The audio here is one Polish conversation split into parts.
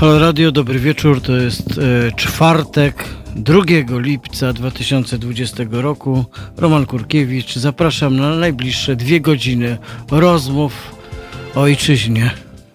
Halo Radio, dobry wieczór. To jest czwartek, 2 lipca 2020 roku. Roman Kurkiewicz. Zapraszam na najbliższe 2 godziny rozmów o ojczyźnie.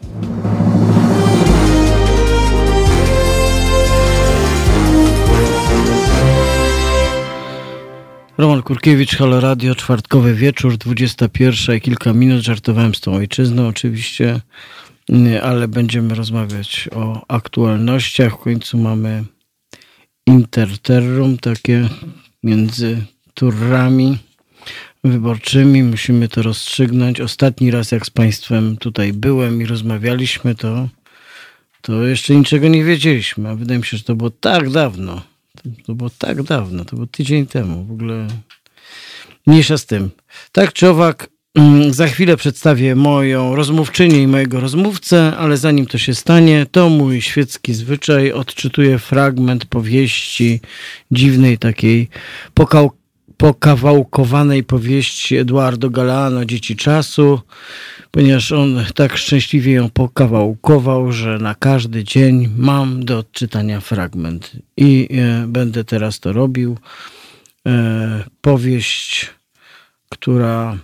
Roman Kurkiewicz, Halo Radio, czwartkowy wieczór, 21 i kilka minut. Żartowałem z tą ojczyzną oczywiście, ale będziemy rozmawiać o aktualnościach. W końcu mamy interterrum takie między turami wyborczymi. Musimy to rozstrzygnąć. Ostatni raz jak z Państwem tutaj byłem i rozmawialiśmy, to jeszcze niczego nie wiedzieliśmy. A wydaje mi się, że to było tak dawno. To było tak dawno. To było tydzień temu. W ogóle mniejsza z tym. Tak czy owak, za chwilę przedstawię moją rozmówczynię i mojego rozmówcę, ale zanim to się stanie, to mój świecki zwyczaj. Odczytuję fragment powieści, dziwnej takiej pokawałkowanej powieści Eduardo Galeano, Dzieci czasu, ponieważ on tak szczęśliwie ją pokawałkował, że na każdy dzień mam do odczytania fragment. I będę teraz to robił. Powieść, która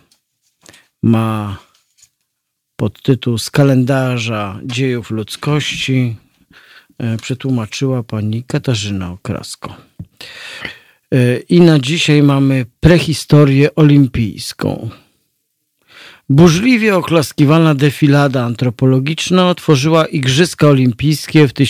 ma podtytuł Z kalendarza dziejów ludzkości, przetłumaczyła pani Katarzyna Okrasko. I na dzisiaj mamy prehistorię olimpijską. Burzliwie oklaskiwana defilada antropologiczna otworzyła Igrzyska Olimpijskie w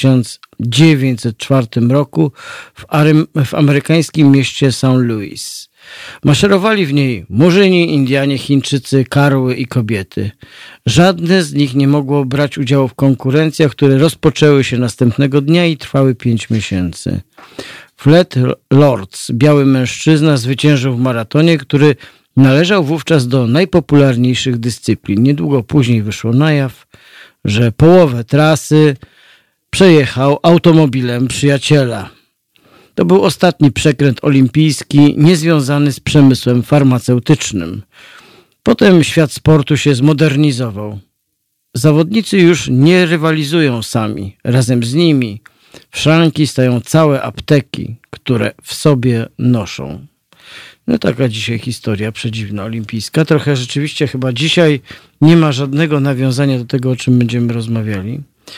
1904 roku w amerykańskim mieście St. Louis. Maszerowali w niej Murzyni, Indianie, Chińczycy, karły i kobiety. Żadne z nich nie mogło brać udziału w konkurencjach, które rozpoczęły się następnego dnia i trwały 5 miesięcy. Fred Lords, biały mężczyzna, zwyciężył w maratonie, który należał wówczas do najpopularniejszych dyscyplin. Niedługo później wyszło na jaw, że połowę trasy przejechał automobilem przyjaciela. To był ostatni przekręt olimpijski niezwiązany z przemysłem farmaceutycznym. Potem świat sportu się zmodernizował. Zawodnicy już nie rywalizują sami. Razem z nimi w szranki stają całe apteki, które w sobie noszą. No taka dzisiaj historia przedziwna olimpijska. Trochę rzeczywiście chyba dzisiaj nie ma żadnego nawiązania do tego, o czym będziemy rozmawiali.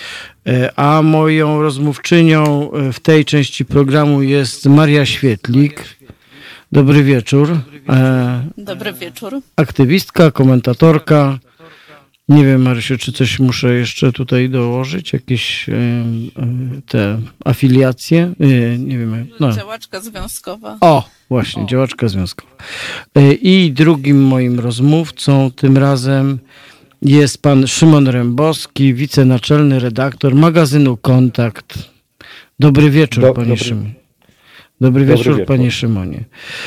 A moją rozmówczynią w tej części programu jest Maria Świetlik. Dobry wieczór. Dobry wieczór. Aktywistka, komentatorka. Nie wiem, Marysiu, czy coś muszę jeszcze tutaj dołożyć? Jakieś te afiliacje? Nie wiem. No. Działaczka związkowa. O, właśnie, działaczka związkowa. I drugim moim rozmówcą tym razem jest pan Szymon Rembowski, wicenaczelny redaktor magazynu Kontakt. Dobry wieczór, panie Szymonie. Dobry wieczór, panie Szymonie.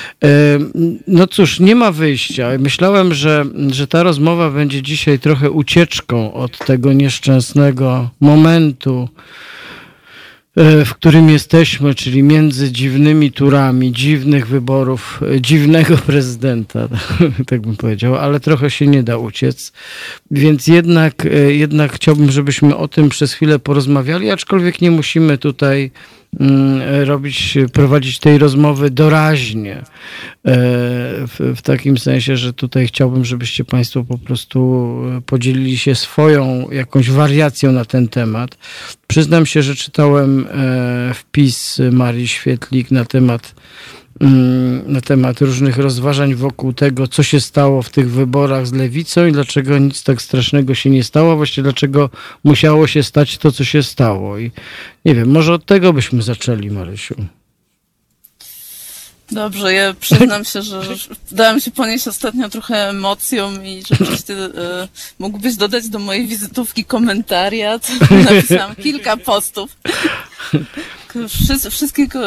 No cóż, nie ma wyjścia. Myślałem, że ta rozmowa będzie dzisiaj trochę ucieczką od tego nieszczęsnego momentu, w którym jesteśmy, czyli między dziwnymi turami, dziwnych wyborów, dziwnego prezydenta, tak bym powiedział, ale trochę się nie da uciec. Więc jednak chciałbym, żebyśmy o tym przez chwilę porozmawiali, aczkolwiek nie musimy tutaj prowadzić tej rozmowy doraźnie. W takim sensie, że tutaj chciałbym, żebyście Państwo po prostu podzielili się swoją jakąś wariacją na ten temat. Przyznam się, że czytałem wpis Marii Świetlik na temat różnych rozważań wokół tego, co się stało w tych wyborach z lewicą i dlaczego nic tak strasznego się nie stało, właściwie dlaczego musiało się stać to, co się stało. I nie wiem, może od tego byśmy zaczęli, Marysiu. Dobrze, ja przyznam się, że dałam się ponieść ostatnio trochę emocją i rzeczywiście mógłbyś dodać do mojej wizytówki komentariat. Napisałam kilka postów. Wszystkiego...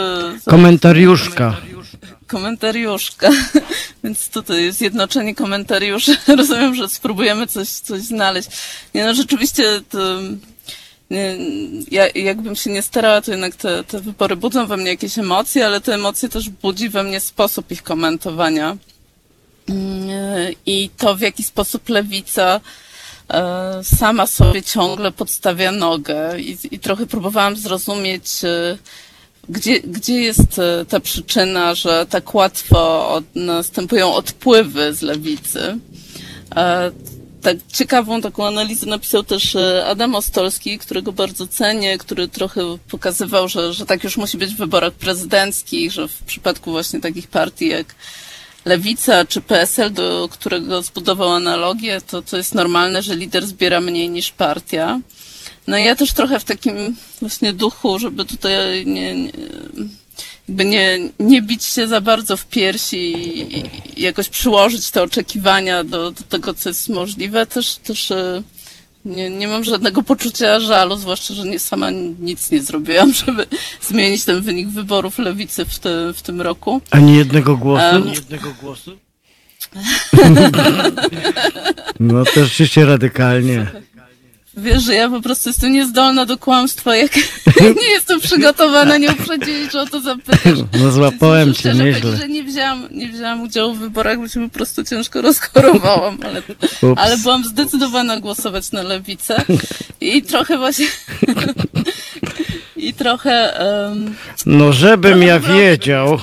Komentariuszka. Więc tutaj jest zjednoczenie komentariuszy. Rozumiem, że spróbujemy coś znaleźć. Nie no, rzeczywiście to... Ja jakbym się nie starała, to jednak te wybory budzą we mnie jakieś emocje, ale te emocje też budzi we mnie sposób ich komentowania. I to, w jaki sposób lewica sama sobie ciągle podstawia nogę i trochę próbowałam zrozumieć, gdzie jest ta przyczyna, że tak łatwo następują odpływy z lewicy. Tak ciekawą taką analizę napisał też Adam Ostolski, którego bardzo cenię, który trochę pokazywał, że tak już musi być w wyborach prezydenckich, że w przypadku właśnie takich partii jak Lewica czy PSL, do którego zbudował analogię, to jest normalne, że lider zbiera mniej niż partia. No i ja też trochę w takim właśnie duchu, żeby tutaj nie bić się za bardzo w piersi i jakoś przyłożyć te oczekiwania do tego, co jest możliwe, też nie mam żadnego poczucia żalu, zwłaszcza, że sama nic nie zrobiłam, żeby zmienić ten wynik wyborów lewicy w tym roku. Ani jednego głosu? Ani jednego głosu? No to rzeczywiście radykalnie. Wiesz, że ja po prostu jestem niezdolna do kłamstwa, jak nie jestem przygotowana, nie uprzedziłeś, że o to zapytasz. No złapałem cię nieźle. Że nie wzięłam udziału w wyborach, bo się po prostu ciężko rozchorowałam, ale byłam zdecydowana głosować na lewicę i trochę właśnie... I trochę... No żebym ja wiedział...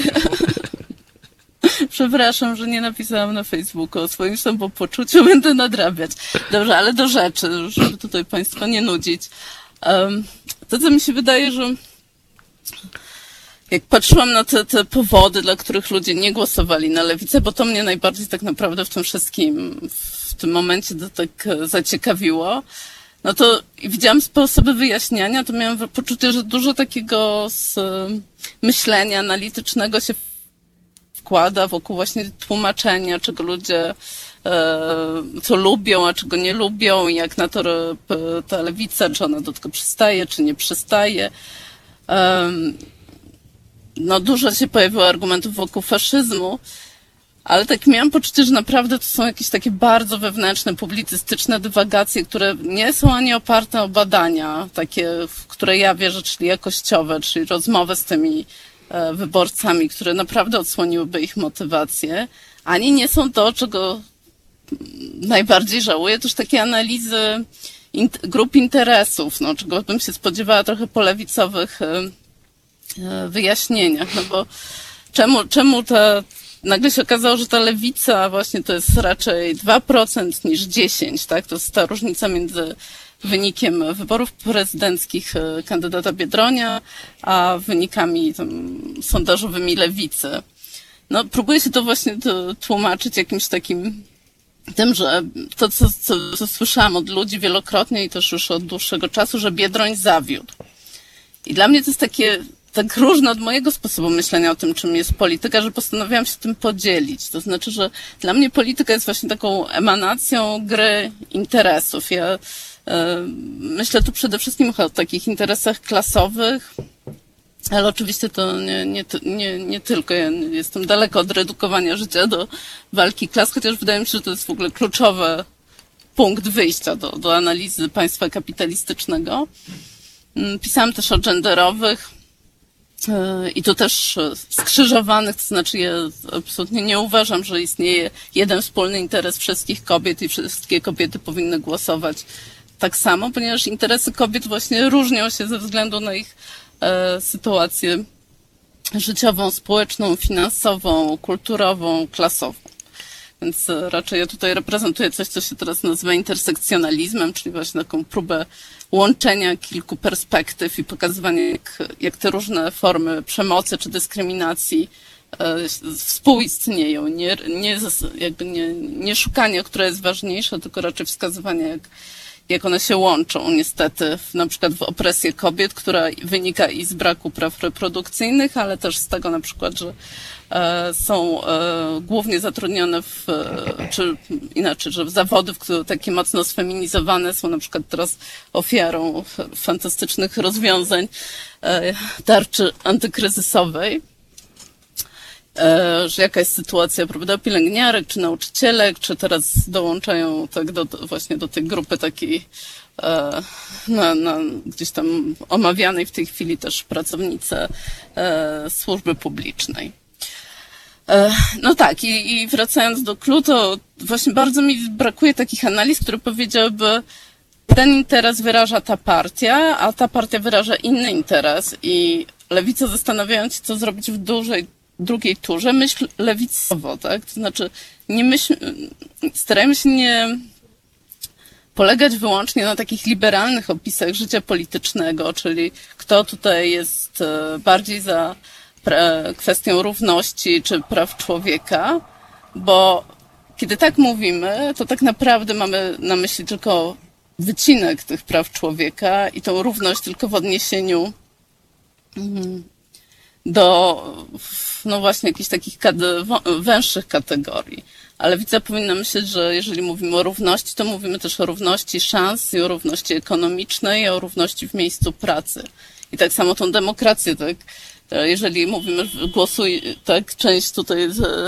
Przepraszam, że nie napisałam na Facebooku o swoim samopoczuciu, będę nadrabiać. Dobrze, ale do rzeczy, żeby tutaj Państwa nie nudzić. To, co mi się wydaje, że jak patrzyłam na te powody, dla których ludzie nie głosowali na lewicę, bo to mnie najbardziej tak naprawdę w tym wszystkim, w tym momencie tak zaciekawiło, no to widziałam sposoby wyjaśniania, to miałam poczucie, że dużo takiego myślenia analitycznego się wkłada wokół właśnie tłumaczenia, czego ludzie co lubią, a czego nie lubią i jak na to ta lewica, czy ona do tego przystaje, czy nie przystaje. No dużo się pojawiło argumentów wokół faszyzmu, ale tak miałam poczucie, że naprawdę to są jakieś takie bardzo wewnętrzne, publicystyczne dywagacje, które nie są ani oparte o badania, takie, w które ja wierzę, czyli jakościowe, czyli rozmowy z tymi wyborcami, które naprawdę odsłoniłyby ich motywację, ani nie są to, czego najbardziej żałuję, też takie analizy grup interesów, no, czego bym się spodziewała trochę po lewicowych wyjaśnieniach, no bo czemu nagle się okazało, że ta lewica właśnie to jest raczej 2% niż 10%, tak? To jest ta różnica między wynikiem wyborów prezydenckich kandydata Biedronia, a wynikami sondażowymi lewicy. No, próbuję się to właśnie tłumaczyć jakimś takim tym, że to, co słyszałam od ludzi wielokrotnie i też już od dłuższego czasu, że Biedroń zawiódł. I dla mnie to jest tak różne od mojego sposobu myślenia o tym, czym jest polityka, że postanowiłam się tym podzielić. To znaczy, że dla mnie polityka jest właśnie taką emanacją gry interesów. Ja myślę tu przede wszystkim o takich interesach klasowych, ale oczywiście to nie tylko. Ja jestem daleko od redukowania życia do walki klas, chociaż wydaje mi się, że to jest w ogóle kluczowy punkt wyjścia do analizy państwa kapitalistycznego. Pisałam też o genderowych i tu też skrzyżowanych, to znaczy ja absolutnie nie uważam, że istnieje jeden wspólny interes wszystkich kobiet i wszystkie kobiety powinny głosować tak samo, ponieważ interesy kobiet właśnie różnią się ze względu na ich sytuację życiową, społeczną, finansową, kulturową, klasową. Więc raczej ja tutaj reprezentuję coś, co się teraz nazywa intersekcjonalizmem, czyli właśnie taką próbę łączenia kilku perspektyw i pokazywania, jak te różne formy przemocy czy dyskryminacji współistnieją. Nie szukanie, która jest ważniejsza, tylko raczej wskazywanie, jak one się łączą niestety, na przykład w opresję kobiet, która wynika i z braku praw reprodukcyjnych, ale też z tego na przykład, że są głównie zatrudnione czy inaczej, że zawody, takie mocno sfeminizowane są na przykład teraz ofiarą fantastycznych rozwiązań tarczy antykryzysowej. Że jaka jest sytuacja, prawda, pielęgniarek, czy nauczycielek, czy teraz dołączają tak właśnie do tej grupy takiej gdzieś tam omawianej w tej chwili też pracownice służby publicznej. No tak, i wracając do clou, to właśnie bardzo mi brakuje takich analiz, które powiedziałyby, ten interes wyraża ta partia, a ta partia wyraża inny interes i lewica, zastanawiając się, co zrobić w drugiej turze, myśl lewicowo, tak? To znaczy, starajmy się nie polegać wyłącznie na takich liberalnych opisach życia politycznego, czyli kto tutaj jest bardziej za kwestią równości czy praw człowieka, bo kiedy tak mówimy, to tak naprawdę mamy na myśli tylko wycinek tych praw człowieka i tą równość tylko w odniesieniu do, no właśnie, jakichś takich węższych kategorii. Ale lewica powinna myśleć, że jeżeli mówimy o równości, to mówimy też o równości szans i o równości ekonomicznej, i o równości w miejscu pracy. I tak samo tą demokrację, tak? Jeżeli mówimy, tak, część tutaj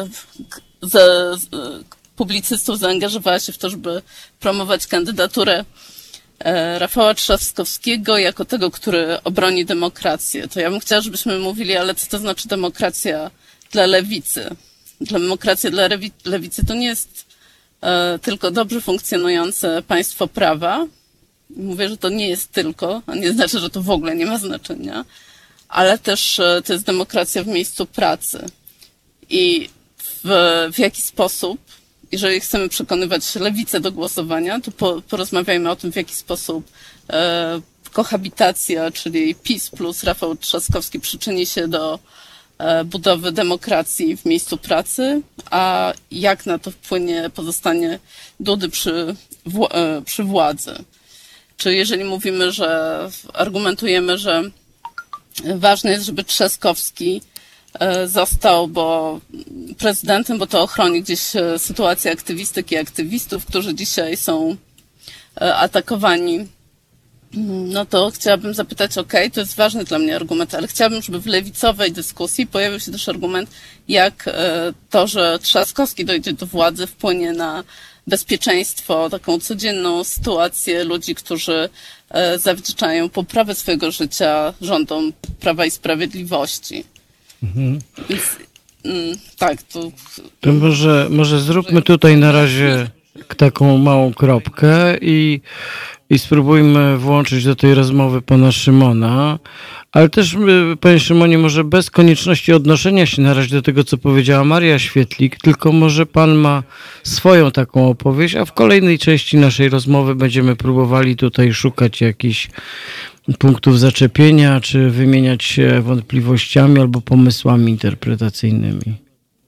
publicystów zaangażowała się w to, żeby promować kandydaturę Rafała Trzaskowskiego jako tego, który obroni demokrację. To ja bym chciała, żebyśmy mówili, ale co to znaczy demokracja dla lewicy? Demokracja dla lewicy to nie jest tylko dobrze funkcjonujące państwo prawa. Mówię, że to nie jest tylko, a nie znaczy, że to w ogóle nie ma znaczenia, ale też to jest demokracja w miejscu pracy. I w jaki sposób, jeżeli chcemy przekonywać lewicę do głosowania, to porozmawiajmy o tym, w jaki sposób kohabitacja, czyli PiS plus Rafał Trzaskowski przyczyni się do budowy demokracji w miejscu pracy, a jak na to wpłynie pozostanie Dudy przy władzy. Czy jeżeli mówimy, że argumentujemy, że ważne jest, żeby Trzaskowski został prezydentem, bo to ochroni gdzieś sytuację aktywistek i aktywistów, którzy dzisiaj są atakowani, no to chciałabym zapytać, to jest ważny dla mnie argument, ale chciałabym, żeby w lewicowej dyskusji pojawił się też argument, jak to, że Trzaskowski dojdzie do władzy, wpłynie na bezpieczeństwo, taką codzienną sytuację ludzi, którzy zawdzięczają poprawę swojego życia rządom Prawa i Sprawiedliwości. Mhm. Więc, tak, to może zróbmy tutaj na razie taką małą kropkę i spróbujmy włączyć do tej rozmowy pana Szymona, ale też, panie Szymonie, może bez konieczności odnoszenia się na razie do tego, co powiedziała Maria Świetlik, tylko może pan ma swoją taką opowieść, a w kolejnej części naszej rozmowy będziemy próbowali tutaj szukać jakichś punktów zaczepienia, czy wymieniać się wątpliwościami albo pomysłami interpretacyjnymi.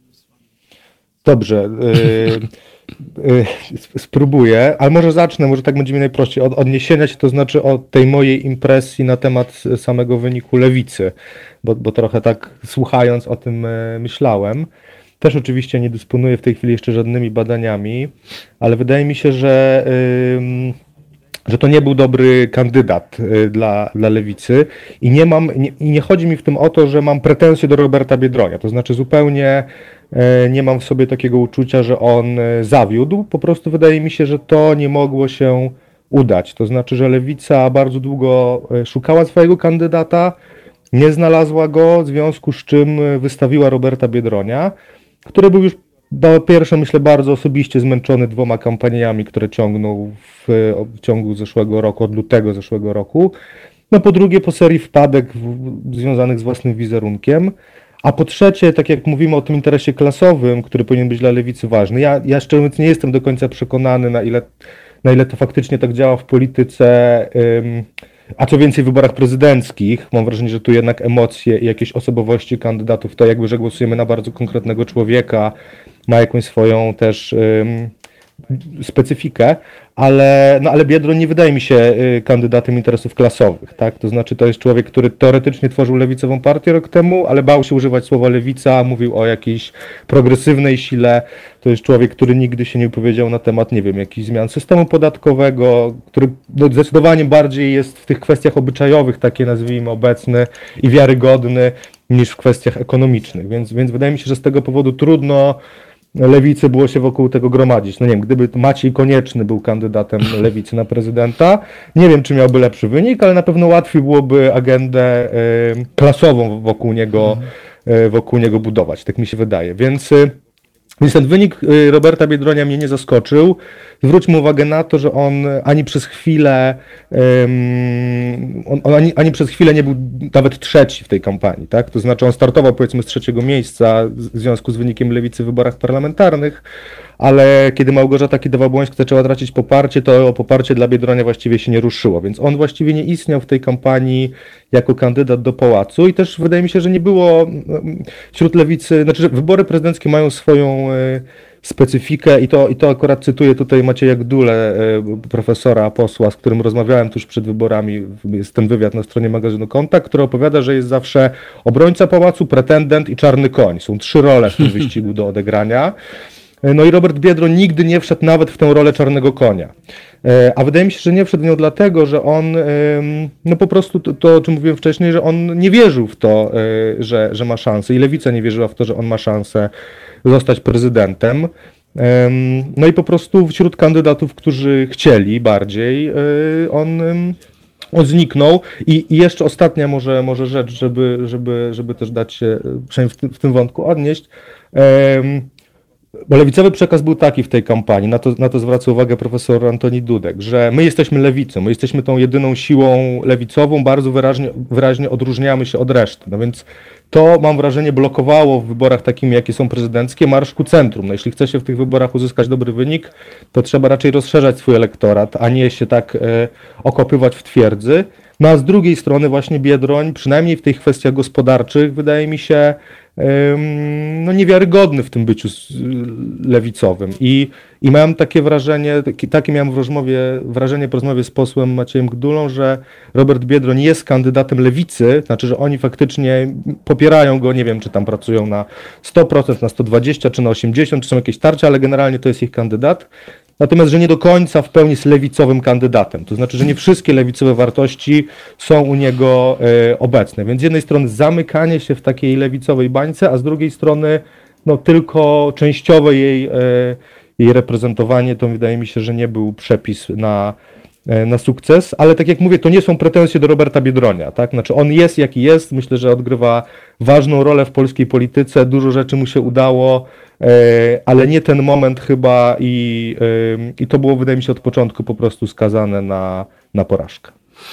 Dobrze. Spróbuję, ale może zacznę, może tak będzie mi najprościej, od odniesienia się, to znaczy od tej mojej impresji na temat samego wyniku lewicy, bo trochę tak słuchając o tym myślałem. Też oczywiście nie dysponuję w tej chwili jeszcze żadnymi badaniami, ale wydaje mi się, że to nie był dobry kandydat dla lewicy i nie chodzi mi w tym o to, że mam pretensje do Roberta Biedronia, to znaczy zupełnie nie mam w sobie takiego uczucia, że on zawiódł, po prostu wydaje mi się, że to nie mogło się udać, to znaczy, że lewica bardzo długo szukała swojego kandydata, nie znalazła go, w związku z czym wystawiła Roberta Biedronia, który był już po pierwsze, myślę, bardzo osobiście zmęczony 2 kampaniami, które ciągnął w ciągu zeszłego roku, od lutego zeszłego roku. No po drugie, po serii wpadek związanych z własnym wizerunkiem. A po trzecie, tak jak mówimy o tym interesie klasowym, który powinien być dla lewicy ważny, ja szczerze mówiąc nie jestem do końca przekonany, na ile to faktycznie tak działa w polityce, a co więcej w wyborach prezydenckich. Mam wrażenie, że tu jednak emocje i jakieś osobowości kandydatów, to jakby, że głosujemy na bardzo konkretnego człowieka, ma jakąś swoją też specyfikę, ale Biedroń nie wydaje mi się kandydatem interesów klasowych, tak? To znaczy to jest człowiek, który teoretycznie tworzył lewicową partię rok temu, ale bał się używać słowa lewica, mówił o jakiejś progresywnej sile. To jest człowiek, który nigdy się nie wypowiedział na temat, nie wiem, jakichś zmian systemu podatkowego, który zdecydowanie bardziej jest w tych kwestiach obyczajowych, takie nazwijmy, obecny i wiarygodny niż w kwestiach ekonomicznych, więc wydaje mi się, że z tego powodu trudno lewicy było się wokół tego gromadzić. No nie wiem, gdyby Maciej Konieczny był kandydatem lewicy na prezydenta, nie wiem, czy miałby lepszy wynik, ale na pewno łatwiej byłoby agendę klasową wokół niego wokół niego budować, tak mi się wydaje. Więc ten wynik Roberta Biedronia mnie nie zaskoczył. Zwróćmy uwagę na to, że on ani przez chwilę ani przez chwilę nie był nawet trzeci w tej kampanii, tak? To znaczy on startował powiedzmy z 3. miejsca w związku z wynikiem lewicy w wyborach parlamentarnych, ale kiedy Małgorzata Kidawa-Błońska zaczęła tracić poparcie, to poparcie dla Biedronia właściwie się nie ruszyło, więc on właściwie nie istniał w tej kampanii jako kandydat do pałacu i też wydaje mi się, że nie było wśród lewicy, znaczy, że wybory prezydenckie mają swoją specyfikę i to akurat cytuję tutaj Macieja Gdulę, profesora, posła, z którym rozmawiałem tuż przed wyborami, jest ten wywiad na stronie magazynu Kontakt, który opowiada, że jest zawsze obrońca pałacu, pretendent i czarny koń. Są 3 role w tym wyścigu do odegrania. No i Robert Biedroń nigdy nie wszedł nawet w tę rolę czarnego konia. A wydaje mi się, że nie wszedł w nią dlatego, że on, no po prostu to, o czym mówiłem wcześniej, że on nie wierzył w to, że ma szansę i lewica nie wierzyła w to, że on ma szansę zostać prezydentem. No i po prostu wśród kandydatów, którzy chcieli bardziej, on zniknął. I jeszcze ostatnia może rzecz, żeby też dać się przynajmniej w tym wątku odnieść. Bo lewicowy przekaz był taki w tej kampanii, na to zwraca uwagę profesor Antoni Dudek, że my jesteśmy lewicą, my jesteśmy tą jedyną siłą lewicową, bardzo wyraźnie odróżniamy się od reszty. No więc to, mam wrażenie, blokowało w wyborach takimi, jakie są prezydenckie, marsz ku centrum. No jeśli chce się w tych wyborach uzyskać dobry wynik, to trzeba raczej rozszerzać swój elektorat, a nie się tak okopywać w twierdzy. No a z drugiej strony właśnie Biedroń, przynajmniej w tych kwestiach gospodarczych, wydaje mi się no niewiarygodny w tym byciu lewicowym. I miałem takie wrażenie, takie miałem wrażenie po rozmowie z posłem Maciejem Gdulą, że Robert Biedroń jest kandydatem lewicy, znaczy, że oni faktycznie popierają go, nie wiem, czy tam pracują na 100%, na 120%, czy na 80%, czy są jakieś tarcia, ale generalnie to jest ich kandydat. Natomiast, że nie do końca w pełni jest lewicowym kandydatem. To znaczy, że nie wszystkie lewicowe wartości są u niego obecne. Więc z jednej strony zamykanie się w takiej lewicowej bańce, a z drugiej strony no, tylko częściowe jej reprezentowanie, to wydaje mi się, że nie był przepis na sukces, ale tak jak mówię, to nie są pretensje do Roberta Biedronia, tak? Znaczy on jest jaki jest, myślę, że odgrywa ważną rolę w polskiej polityce, dużo rzeczy mu się udało, ale nie ten moment chyba i to było, wydaje mi się, od początku po prostu skazane na porażkę.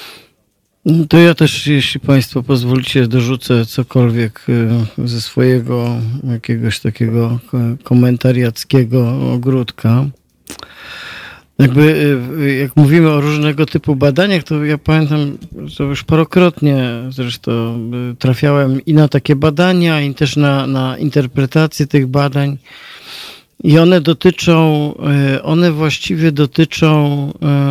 No to ja też, jeśli Państwo pozwolicie, dorzucę cokolwiek ze swojego jakiegoś takiego komentariackiego ogródka. Jakby, jak mówimy o różnego typu badaniach, to ja pamiętam, że już parokrotnie zresztą trafiałem i na takie badania, i też na interpretację tych badań. I one właściwie dotyczą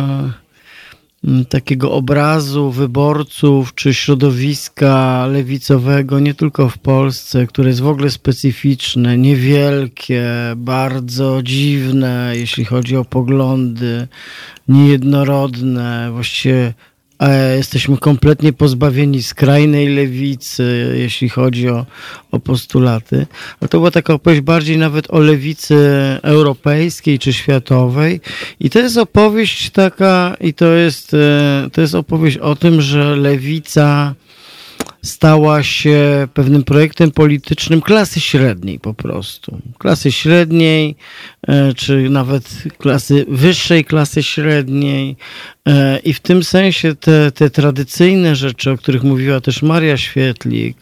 takiego obrazu wyborców czy środowiska lewicowego, nie tylko w Polsce, które jest w ogóle specyficzne, niewielkie, bardzo dziwne, jeśli chodzi o poglądy, niejednorodne, właściwie jesteśmy kompletnie pozbawieni skrajnej lewicy, jeśli chodzi o postulaty. Ale to była taka opowieść bardziej nawet o lewicy europejskiej czy światowej. I to jest opowieść taka, i to jest opowieść o tym, że lewica stała się pewnym projektem politycznym klasy średniej po prostu. Klasy średniej, czy nawet wyższej klasy średniej. I w tym sensie te tradycyjne rzeczy, o których mówiła też Maria Świetlik,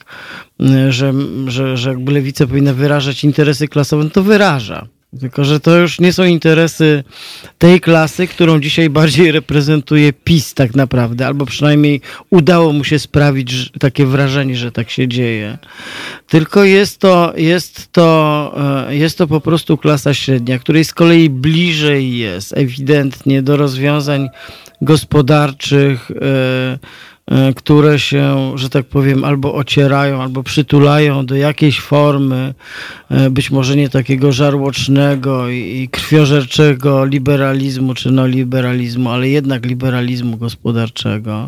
że jakby lewica powinna wyrażać interesy klasowe, no to wyraża. Tylko że to już nie są interesy tej klasy, którą dzisiaj bardziej reprezentuje PiS tak naprawdę, albo przynajmniej udało mu się sprawić takie wrażenie, że tak się dzieje. Tylko jest to po prostu klasa średnia, której z kolei bliżej jest ewidentnie do rozwiązań gospodarczych, które się, że tak powiem, albo ocierają, albo przytulają do jakiejś formy, być może nie takiego żarłocznego i krwiożerczego liberalizmu czy neoliberalizmu, ale jednak liberalizmu gospodarczego.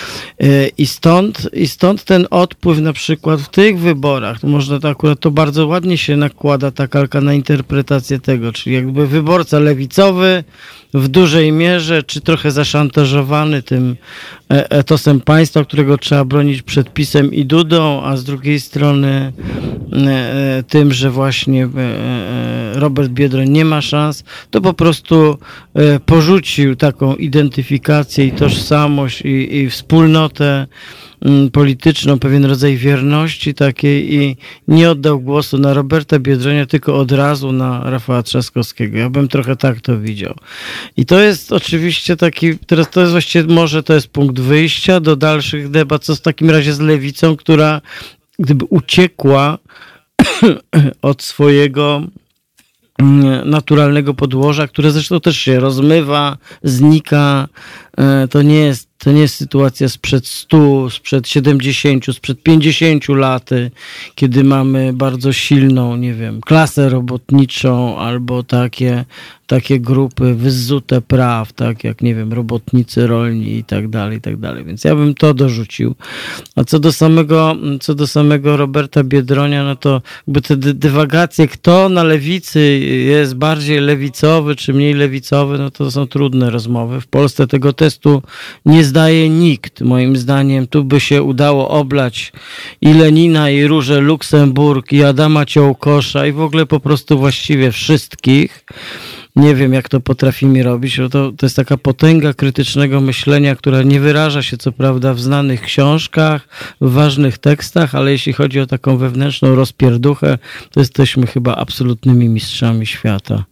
I stąd ten odpływ na przykład w tych wyborach, to można to akurat to bardzo ładnie się nakłada ta kalka na interpretację tego, czyli jakby wyborca lewicowy w dużej mierze, czy trochę zaszantażowany tym etosem państwa, którego trzeba bronić przed PiS-em i Dudą, a z drugiej strony tym, że właśnie Robert Biedroń nie ma szans, to po prostu porzucił taką identyfikację i tożsamość i wspólnotę polityczną, pewien rodzaj wierności takiej i nie oddał głosu na Roberta Biedronia, tylko od razu na Rafała Trzaskowskiego. Ja bym trochę tak to widział. I to jest oczywiście taki, teraz to jest właściwie, może to jest punkt wyjścia do dalszych debat, co w takim razie z lewicą, która gdyby uciekła od swojego naturalnego podłoża, które zresztą też się rozmywa, znika. To nie jest sytuacja sprzed 100, sprzed 70, sprzed 50 lat, kiedy mamy bardzo silną, nie wiem, klasę robotniczą albo takie grupy wyzute praw, tak jak, nie wiem, robotnicy rolni i tak dalej, i tak dalej. Więc ja bym to dorzucił. A co do samego Roberta Biedronia, no to jakby te dywagacje, kto na lewicy jest bardziej lewicowy czy mniej lewicowy, no to są trudne rozmowy. W Polsce tego testu nie zdaje nikt. Moim zdaniem tu by się udało oblać i Lenina, i Różę Luksemburg, i Adama Ciołkosza, i w ogóle po prostu właściwie wszystkich. Nie wiem, jak to potrafimy robić, bo to jest taka potęga krytycznego myślenia, która nie wyraża się co prawda w znanych książkach, w ważnych tekstach, ale jeśli chodzi o taką wewnętrzną rozpierduchę, to jesteśmy chyba absolutnymi mistrzami świata,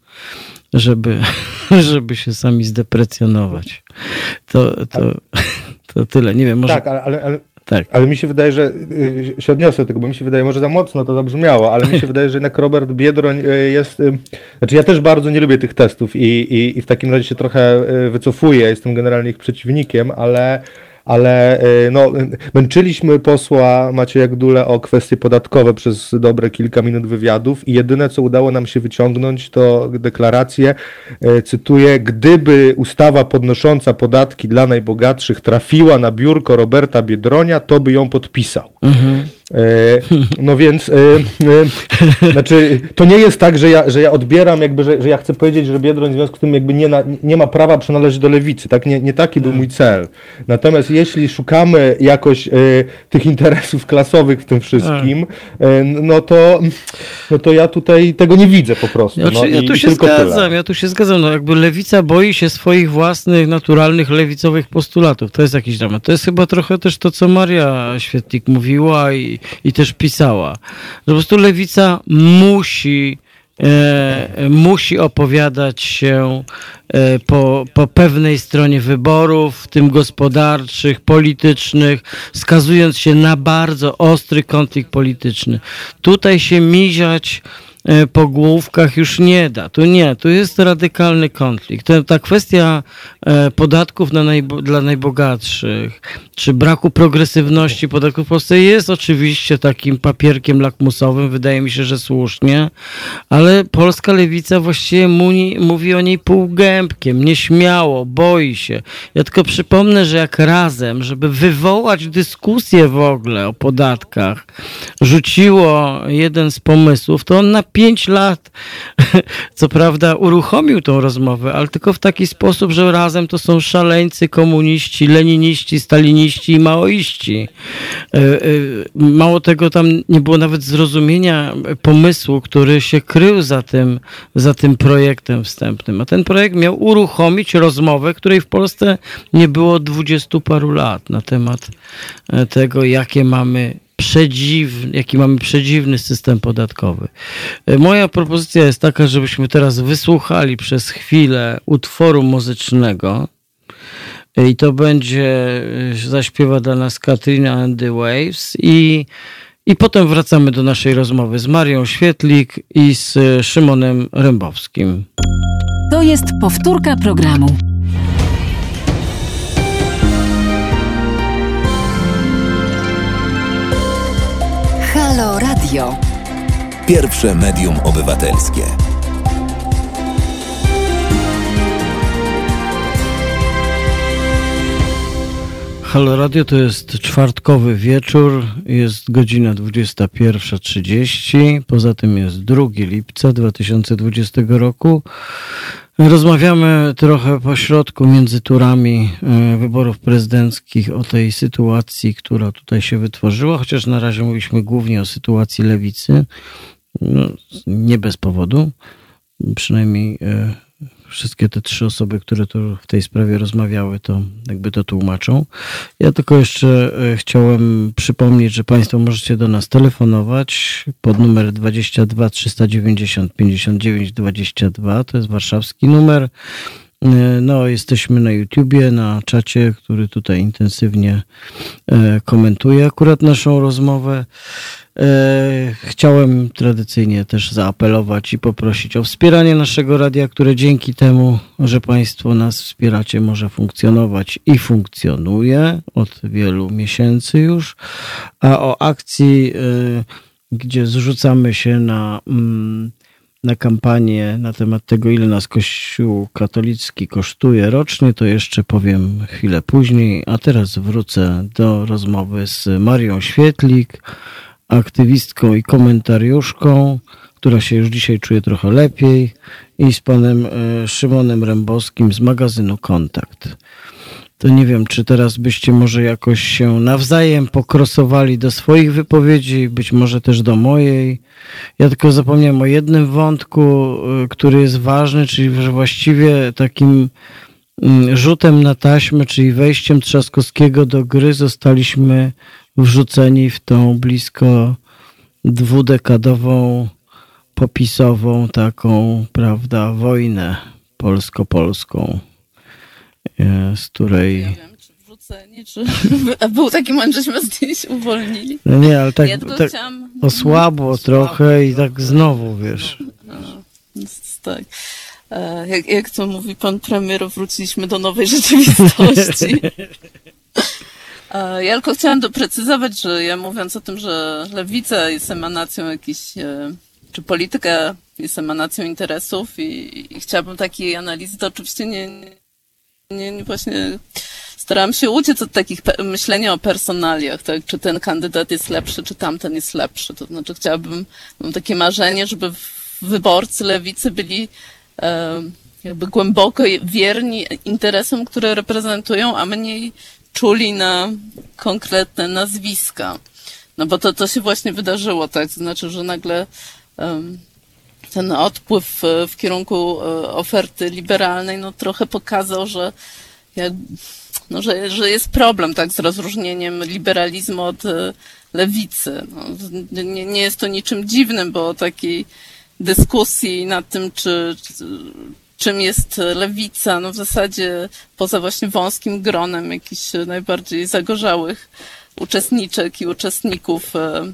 żeby się sami zdeprecjonować. To tyle. Nie wiem, może... Tak, ale mi się wydaje, że się odniosę do tego, bo mi się wydaje, może za mocno to zabrzmiało, ale mi się wydaje, że jednak Robert Biedroń jest... Znaczy ja też bardzo nie lubię tych testów i w takim razie się trochę wycofuję, jestem generalnie ich przeciwnikiem, ale no, męczyliśmy posła Macieja Gdulę o kwestie podatkowe przez dobre kilka minut wywiadów i jedyne, co udało nam się wyciągnąć, to deklarację, cytuję, gdyby ustawa podnosząca podatki dla najbogatszych trafiła na biurko Roberta Biedronia, to by ją podpisał. Mhm. No więc znaczy, to nie jest tak, że ja odbieram jakby, że ja chcę powiedzieć, że Biedroń w związku z tym jakby nie ma prawa przynależeć do lewicy, tak? Nie taki był mój cel. Natomiast jeśli szukamy jakoś tych interesów klasowych w tym wszystkim, no to ja tutaj tego nie widzę po prostu. Ja tu się zgadzam. No jakby lewica boi się swoich własnych, naturalnych, lewicowych postulatów. To jest jakiś dramat. To jest chyba trochę też to, co Maria Świetlik mówiła i też pisała. Że po prostu lewica musi opowiadać się po pewnej stronie wyborów, w tym gospodarczych, politycznych, skazując się na bardzo ostry konflikt polityczny. Tutaj się miziać po główkach już nie da. Tu jest radykalny konflikt. Ta kwestia podatków dla najbogatszych, czy braku progresywności podatków w Polsce jest oczywiście takim papierkiem lakmusowym, wydaje mi się, że słusznie, ale polska lewica właściwie mówi o niej półgębkiem, nieśmiało, boi się. Ja tylko przypomnę, że jak razem, żeby wywołać dyskusję w ogóle o podatkach, rzuciło jeden z pomysłów, to on na 5 lat, co prawda, uruchomił tą rozmowę, ale tylko w taki sposób, że razem to są szaleńcy, komuniści, leniniści, staliniści i maoiści. Mało tego, tam nie było nawet zrozumienia pomysłu, który się krył za tym projektem wstępnym. A ten projekt miał uruchomić rozmowę, której w Polsce nie było od 20 paru lat na temat tego, jaki mamy przedziwny system podatkowy. Moja propozycja jest taka, żebyśmy teraz wysłuchali przez chwilę utworu muzycznego i to zaśpiewa dla nas Katrina and the Waves i potem wracamy do naszej rozmowy z Marią Świetlik i z Szymonem Rębowskim. To jest powtórka programu. Halo Radio. Pierwsze medium obywatelskie. Halo Radio to jest czwartkowy wieczór, jest godzina 21:30, poza tym jest 2 lipca 2020 roku. Rozmawiamy trochę po środku między turami wyborów prezydenckich o tej sytuacji, która tutaj się wytworzyła, chociaż na razie mówiliśmy głównie o sytuacji lewicy, no, nie bez powodu, przynajmniej wszystkie te 3 osoby, które tu w tej sprawie rozmawiały, to jakby to tłumaczą. Ja tylko jeszcze chciałem przypomnieć, że Państwo możecie do nas telefonować pod numer 22 390 59 22. To jest warszawski numer. No, jesteśmy na YouTubie, na czacie, który tutaj intensywnie komentuje akurat naszą rozmowę. Chciałem tradycyjnie też zaapelować i poprosić o wspieranie naszego radia, które dzięki temu, że Państwo nas wspieracie, może funkcjonować i funkcjonuje od wielu miesięcy już. A o akcji, gdzie zrzucamy się na kampanię na temat tego, ile nas Kościół katolicki kosztuje rocznie, to jeszcze powiem chwilę później, a teraz wrócę do rozmowy z Marią Świetlik, aktywistką i komentariuszką, która się już dzisiaj czuje trochę lepiej, i z panem Szymonem Rembowskim z magazynu Kontakt. To nie wiem, czy teraz byście może jakoś się nawzajem pokrosowali do swoich wypowiedzi, być może też do mojej. Ja tylko zapomniałem o jednym wątku, który jest ważny, czyli że właściwie takim rzutem na taśmę, czyli wejściem Trzaskowskiego do gry, zostaliśmy wrzuceni w tą blisko 2-dekadową, popisową taką, prawda, wojnę polsko-polską, z której... Ja wiem, czy wrzuceni, czy był taki moment, żeśmy zdjęć uwolnili. No nie, ale tak, Ja tak osłabło trochę i tak znowu, wiesz. Tak. Jak to mówi pan premier, wróciliśmy do nowej rzeczywistości. Ja tylko chciałam doprecyzować, że ja mówiąc o tym, że lewica jest emanacją jakichś, czy polityka jest emanacją interesów i chciałabym takiej analizy, to oczywiście nie właśnie starałam się uciec od takich myślenia o personaliach, tak? Czy ten kandydat jest lepszy, czy tamten jest lepszy. To znaczy mam takie marzenie, żeby wyborcy lewicy byli jakby głęboko wierni interesom, które reprezentują, a mniej czuli na konkretne nazwiska. No bo to się właśnie wydarzyło, tak? To znaczy, że nagle ten odpływ w kierunku oferty liberalnej no trochę pokazał, że jest problem, tak, z rozróżnieniem liberalizmu od lewicy. No, nie jest to niczym dziwnym, bo takiej dyskusji nad tym, czym jest lewica, no w zasadzie poza właśnie wąskim gronem jakichś najbardziej zagorzałych uczestniczek i uczestników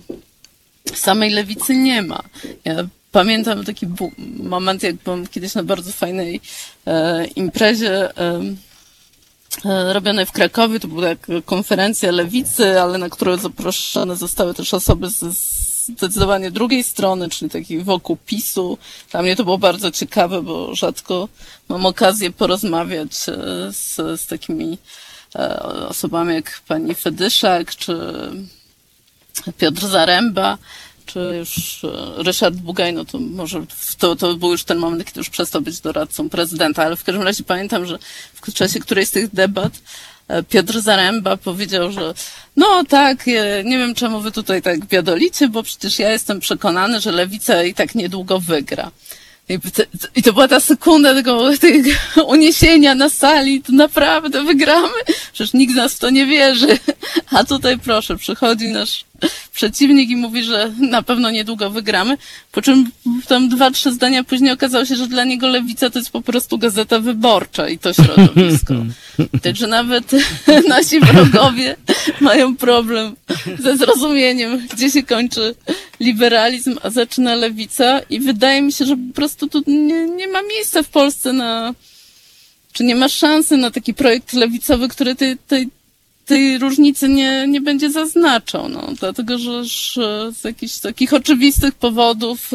samej lewicy nie ma. Ja pamiętam taki moment, jak byłam kiedyś na bardzo fajnej imprezie robionej w Krakowie. To była konferencja lewicy, ale na którą zaproszone zostały też osoby z zdecydowanie drugiej strony, czyli takiej wokół PiS-u. Dla mnie to było bardzo ciekawe, bo rzadko mam okazję porozmawiać z takimi osobami jak pani Fedyszak, czy Piotr Zaręba, czy już Ryszard Bugaj, no to może to był już ten moment, kiedy już przestał być doradcą prezydenta, ale w każdym razie pamiętam, że w czasie którejś z tych debat Piotr Zaręba powiedział, że no tak, nie wiem czemu wy tutaj tak biadolicie, bo przecież ja jestem przekonany, że lewica i tak niedługo wygra. I to była ta sekunda tego uniesienia na sali, to naprawdę wygramy? Przecież nikt z nas w to nie wierzy. A tutaj proszę, przychodzi nasz przeciwnik i mówi, że na pewno niedługo wygramy, po czym tam 2-3 zdania później okazało się, że dla niego lewica to jest po prostu Gazeta Wyborcza i to środowisko. Także nawet nasi wrogowie mają problem ze zrozumieniem, gdzie się kończy liberalizm, a zaczyna lewica i wydaje mi się, że po prostu tu nie ma miejsca w Polsce czy nie ma szansy na taki projekt lewicowy, który tej różnicy nie będzie zaznaczał, no, dlatego, że z jakichś takich oczywistych powodów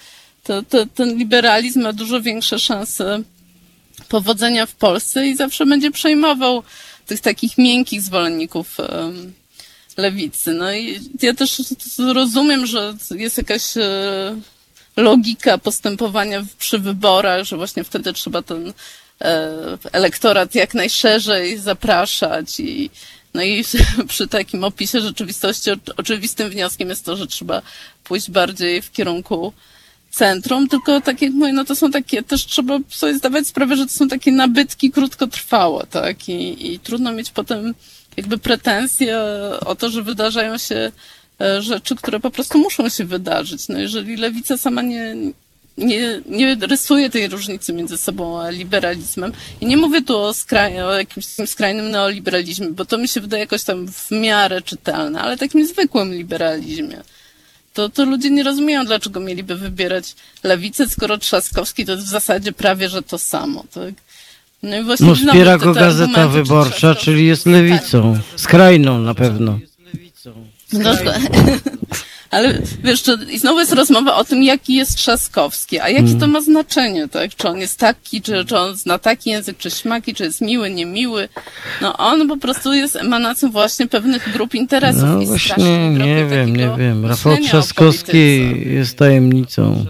ten liberalizm ma dużo większe szanse powodzenia w Polsce i zawsze będzie przejmował tych takich miękkich zwolenników lewicy. No i ja też rozumiem, że jest jakaś logika postępowania przy wyborach, że właśnie wtedy trzeba ten elektorat jak najszerzej zapraszać no i przy takim opisie rzeczywistości oczywistym wnioskiem jest to, że trzeba pójść bardziej w kierunku centrum, tylko tak jak mówię, no to są takie, też trzeba sobie zdawać sprawę, że to są takie nabytki krótkotrwałe, tak? I trudno mieć potem jakby pretensje o to, że wydarzają się rzeczy, które po prostu muszą się wydarzyć. No jeżeli lewica sama nie rysuje tej różnicy między sobą a liberalizmem. I nie mówię tu o jakimś takim skrajnym neoliberalizmie, bo to mi się wydaje jakoś tam w miarę czytelne, ale takim zwykłym liberalizmie. To ludzie nie rozumieją, dlaczego mieliby wybierać lewicę, skoro Trzaskowski to jest w zasadzie prawie, że to samo, tak? No i właśnie wspiera go Gazeta Wyborcza, czyli jest lewicą. Skrajną na pewno. No, ale wiesz, i znowu jest rozmowa o tym, jaki jest Trzaskowski, a jakie to ma znaczenie, tak? Czy on jest taki, czy on zna taki język, czy śmaki, czy jest miły, niemiły. No on po prostu jest emanacją właśnie pewnych grup interesów. No i właśnie, nie wiem. Rafał Trzaskowski jest tajemnicą.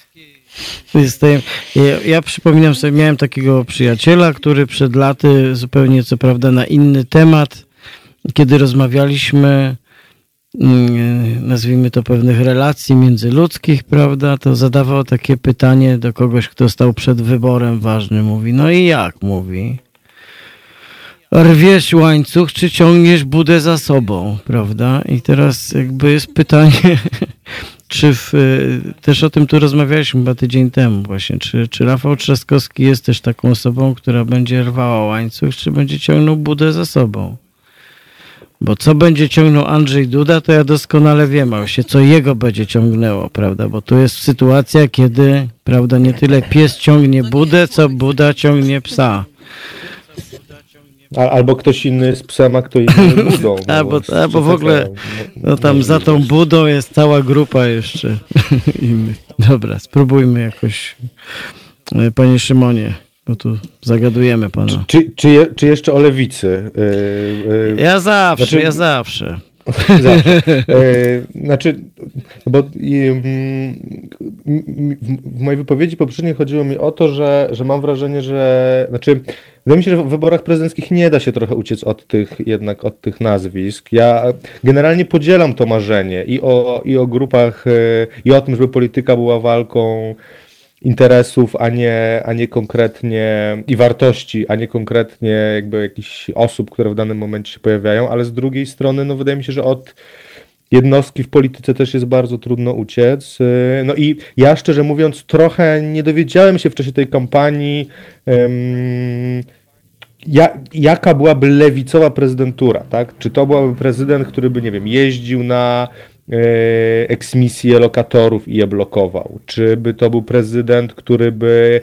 Ja przypominam sobie, miałem takiego przyjaciela, który przed laty, zupełnie co prawda na inny temat, kiedy rozmawialiśmy, nazwijmy to pewnych relacji międzyludzkich, prawda, to zadawał takie pytanie do kogoś, kto stał przed wyborem ważnym. Mówi, no i jak? Mówi, rwiesz łańcuch, czy ciągniesz budę za sobą, prawda? I teraz jakby jest pytanie, czy też o tym tu rozmawialiśmy chyba tydzień temu właśnie, czy Rafał Trzaskowski jest też taką osobą, która będzie rwała łańcuch, czy będzie ciągnął budę za sobą? Bo co będzie ciągnął Andrzej Duda, to ja doskonale wiem, a właśnie co jego będzie ciągnęło, prawda? Bo tu jest sytuacja, kiedy, prawda, nie tyle pies ciągnie budę, co Buda ciągnie psa. Albo ktoś inny z psem, a kto inny budą. Bo w ogóle no tam za tą budą jest cała grupa jeszcze innych. Dobra, spróbujmy jakoś, panie Szymonie, bo tu zagadujemy pana. Czy jeszcze o lewicy? Ja zawsze. Znaczy, bo w mojej wypowiedzi poprzedniej chodziło mi o to, że mam wrażenie, wydaje mi się, że w wyborach prezydenckich nie da się trochę uciec od tych nazwisk. Ja generalnie podzielam to marzenie i o grupach, i o tym, żeby polityka była walką interesów, a nie konkretnie i wartości, a nie konkretnie jakby jakichś osób, które w danym momencie się pojawiają, ale z drugiej strony, no wydaje mi się, że od jednostki w polityce też jest bardzo trudno uciec. No i ja szczerze mówiąc trochę nie dowiedziałem się w czasie tej kampanii, jaka byłaby lewicowa prezydentura, tak? Czy to byłaby prezydent, który by, nie wiem, jeździł na eksmisję lokatorów i je blokował? Czy by to był prezydent, który by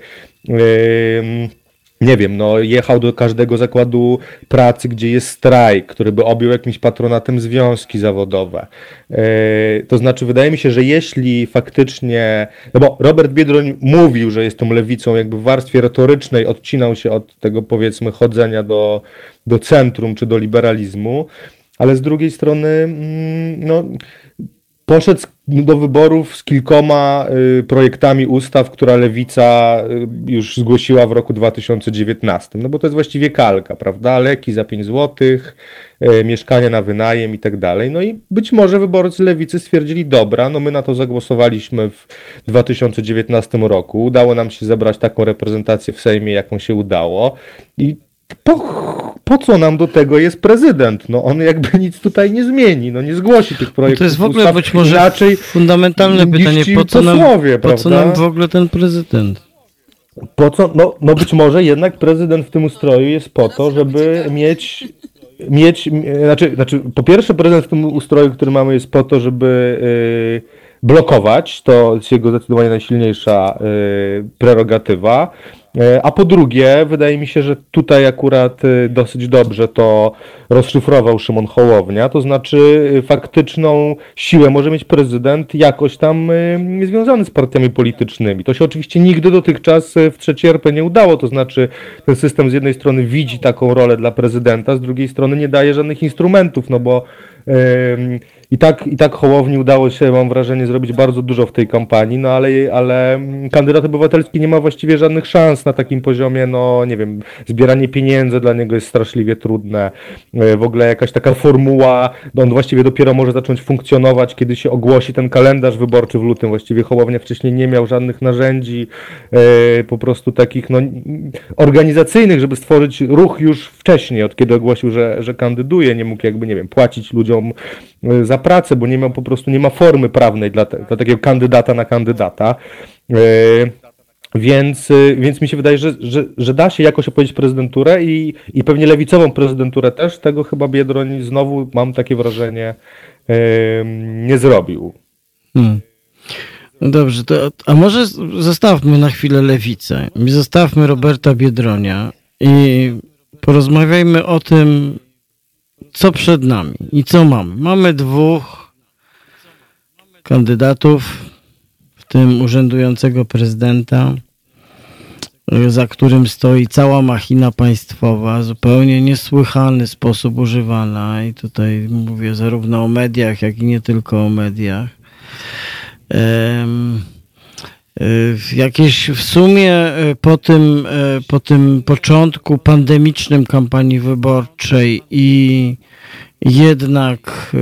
nie wiem, no jechał do każdego zakładu pracy, gdzie jest strajk, który by objął jakimś patronatem związki zawodowe? To znaczy, wydaje mi się, że jeśli faktycznie, no bo Robert Biedroń mówił, że jest tą lewicą, jakby w warstwie retorycznej odcinał się od tego, powiedzmy, chodzenia do centrum czy do liberalizmu, ale z drugiej strony, no, poszedł do wyborów z kilkoma projektami ustaw, która lewica już zgłosiła w roku 2019. No bo to jest właściwie kalka, prawda? Leki za 5 zł, mieszkania na wynajem i tak dalej. No i być może wyborcy lewicy stwierdzili, dobra, no my na to zagłosowaliśmy w 2019 roku. Udało nam się zebrać taką reprezentację w Sejmie, jaką się udało. I po co nam do tego jest prezydent? No on jakby nic tutaj nie zmieni, no nie zgłosi tych projektów. To jest w ogóle być może fundamentalne pytanie, po co nam w ogóle ten prezydent? Po co? No być może jednak prezydent w tym ustroju jest po to, żeby znaczy po pierwsze prezydent w tym ustroju, który mamy, jest po to, żeby blokować, to jest jego zdecydowanie najsilniejsza prerogatywa, A po drugie, wydaje mi się, że tutaj akurat dosyć dobrze to rozszyfrował Szymon Hołownia, to znaczy faktyczną siłę może mieć prezydent jakoś tam związany z partiami politycznymi. To się oczywiście nigdy dotychczas w III RP nie udało, to znaczy ten system z jednej strony widzi taką rolę dla prezydenta, z drugiej strony nie daje żadnych instrumentów, no bo i tak Hołowni udało się, mam wrażenie, zrobić bardzo dużo w tej kampanii, no ale kandydat obywatelski nie ma właściwie żadnych szans na takim poziomie, no nie wiem, zbieranie pieniędzy dla niego jest straszliwie trudne, w ogóle jakaś taka formuła, no on właściwie dopiero może zacząć funkcjonować, kiedy się ogłosi ten kalendarz wyborczy w lutym, właściwie Hołownia wcześniej nie miał żadnych narzędzi, po prostu takich no organizacyjnych, żeby stworzyć ruch już wcześniej, od kiedy ogłosił, że kandyduje, nie mógł jakby, nie wiem, płacić ludziom za pracę, bo po prostu nie ma formy prawnej dla takiego kandydata na kandydata. Więc mi się wydaje, że da się jakoś opowiedzieć prezydenturę i pewnie lewicową prezydenturę też. Tego chyba Biedroń znowu, mam takie wrażenie, nie zrobił. No dobrze, a może zostawmy na chwilę lewicę. Zostawmy Roberta Biedronia i porozmawiajmy o tym, co przed nami i co mamy. Mamy dwóch kandydatów, w tym urzędującego prezydenta, za którym stoi cała machina państwowa, zupełnie niesłychany sposób używana i tutaj mówię zarówno o mediach, jak i nie tylko o mediach. Jakieś w sumie po tym początku pandemicznym kampanii wyborczej i jednak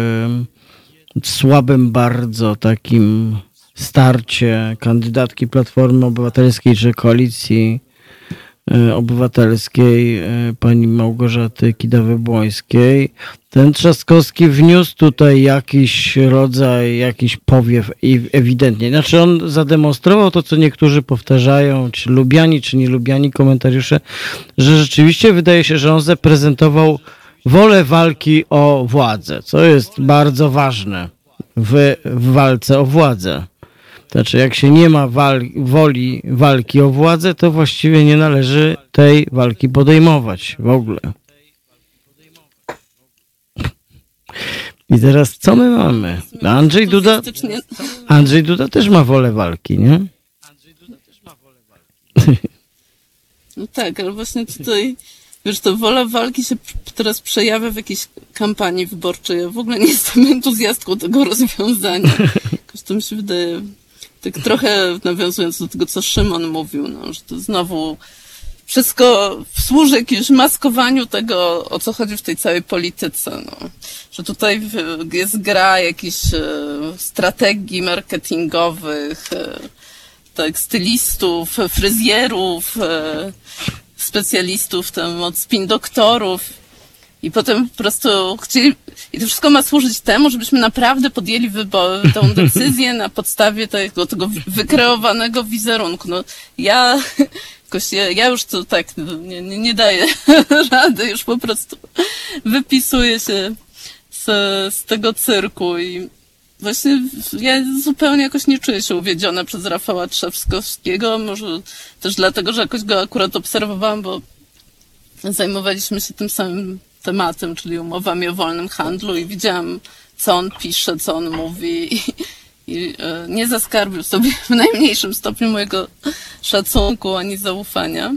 słabym bardzo takim starcie kandydatki Platformy Obywatelskiej czy Koalicji Obywatelskiej pani Małgorzaty Kidawy-Błońskiej, ten Trzaskowski wniósł tutaj jakiś rodzaj, jakiś powiew ewidentnie. Znaczy on zademonstrował to, co niektórzy powtarzają, czy lubiani, czy nielubiani komentariusze, że rzeczywiście wydaje się, że on zaprezentował wolę walki o władzę, co jest bardzo ważne w walce o władzę. Znaczy, jak się nie ma woli walki o władzę, to właściwie nie należy tej walki podejmować w ogóle. I teraz co my mamy? Andrzej Duda też ma wolę walki, nie? No tak, ale właśnie tutaj, wiesz, to wola walki się teraz przejawia w jakiejś kampanii wyborczej. Ja w ogóle nie jestem entuzjastką tego rozwiązania. Jakoś to mi się wydaje, tak trochę nawiązując do tego, co Szymon mówił, no, że to znowu wszystko służy jakiemuś maskowaniu tego, o co chodzi w tej całej polityce. No. Że tutaj jest gra jakichś strategii marketingowych, tak, stylistów, fryzjerów, specjalistów tam od spin doktorów. I potem po prostu chcieli, i to wszystko ma służyć temu, żebyśmy naprawdę podjęli tą decyzję na podstawie tego wykreowanego wizerunku. No, ja już to tak nie daję rady, już po prostu wypisuję się z tego cyrku i właśnie ja zupełnie jakoś nie czuję się uwiedziona przez Rafała Trzaskowskiego, może też dlatego, że jakoś go akurat obserwowałam, bo zajmowaliśmy się tym samym tematem, czyli umowami o wolnym handlu i widziałam, co on pisze, co on mówi i nie zaskarbił sobie w najmniejszym stopniu mojego szacunku ani zaufania.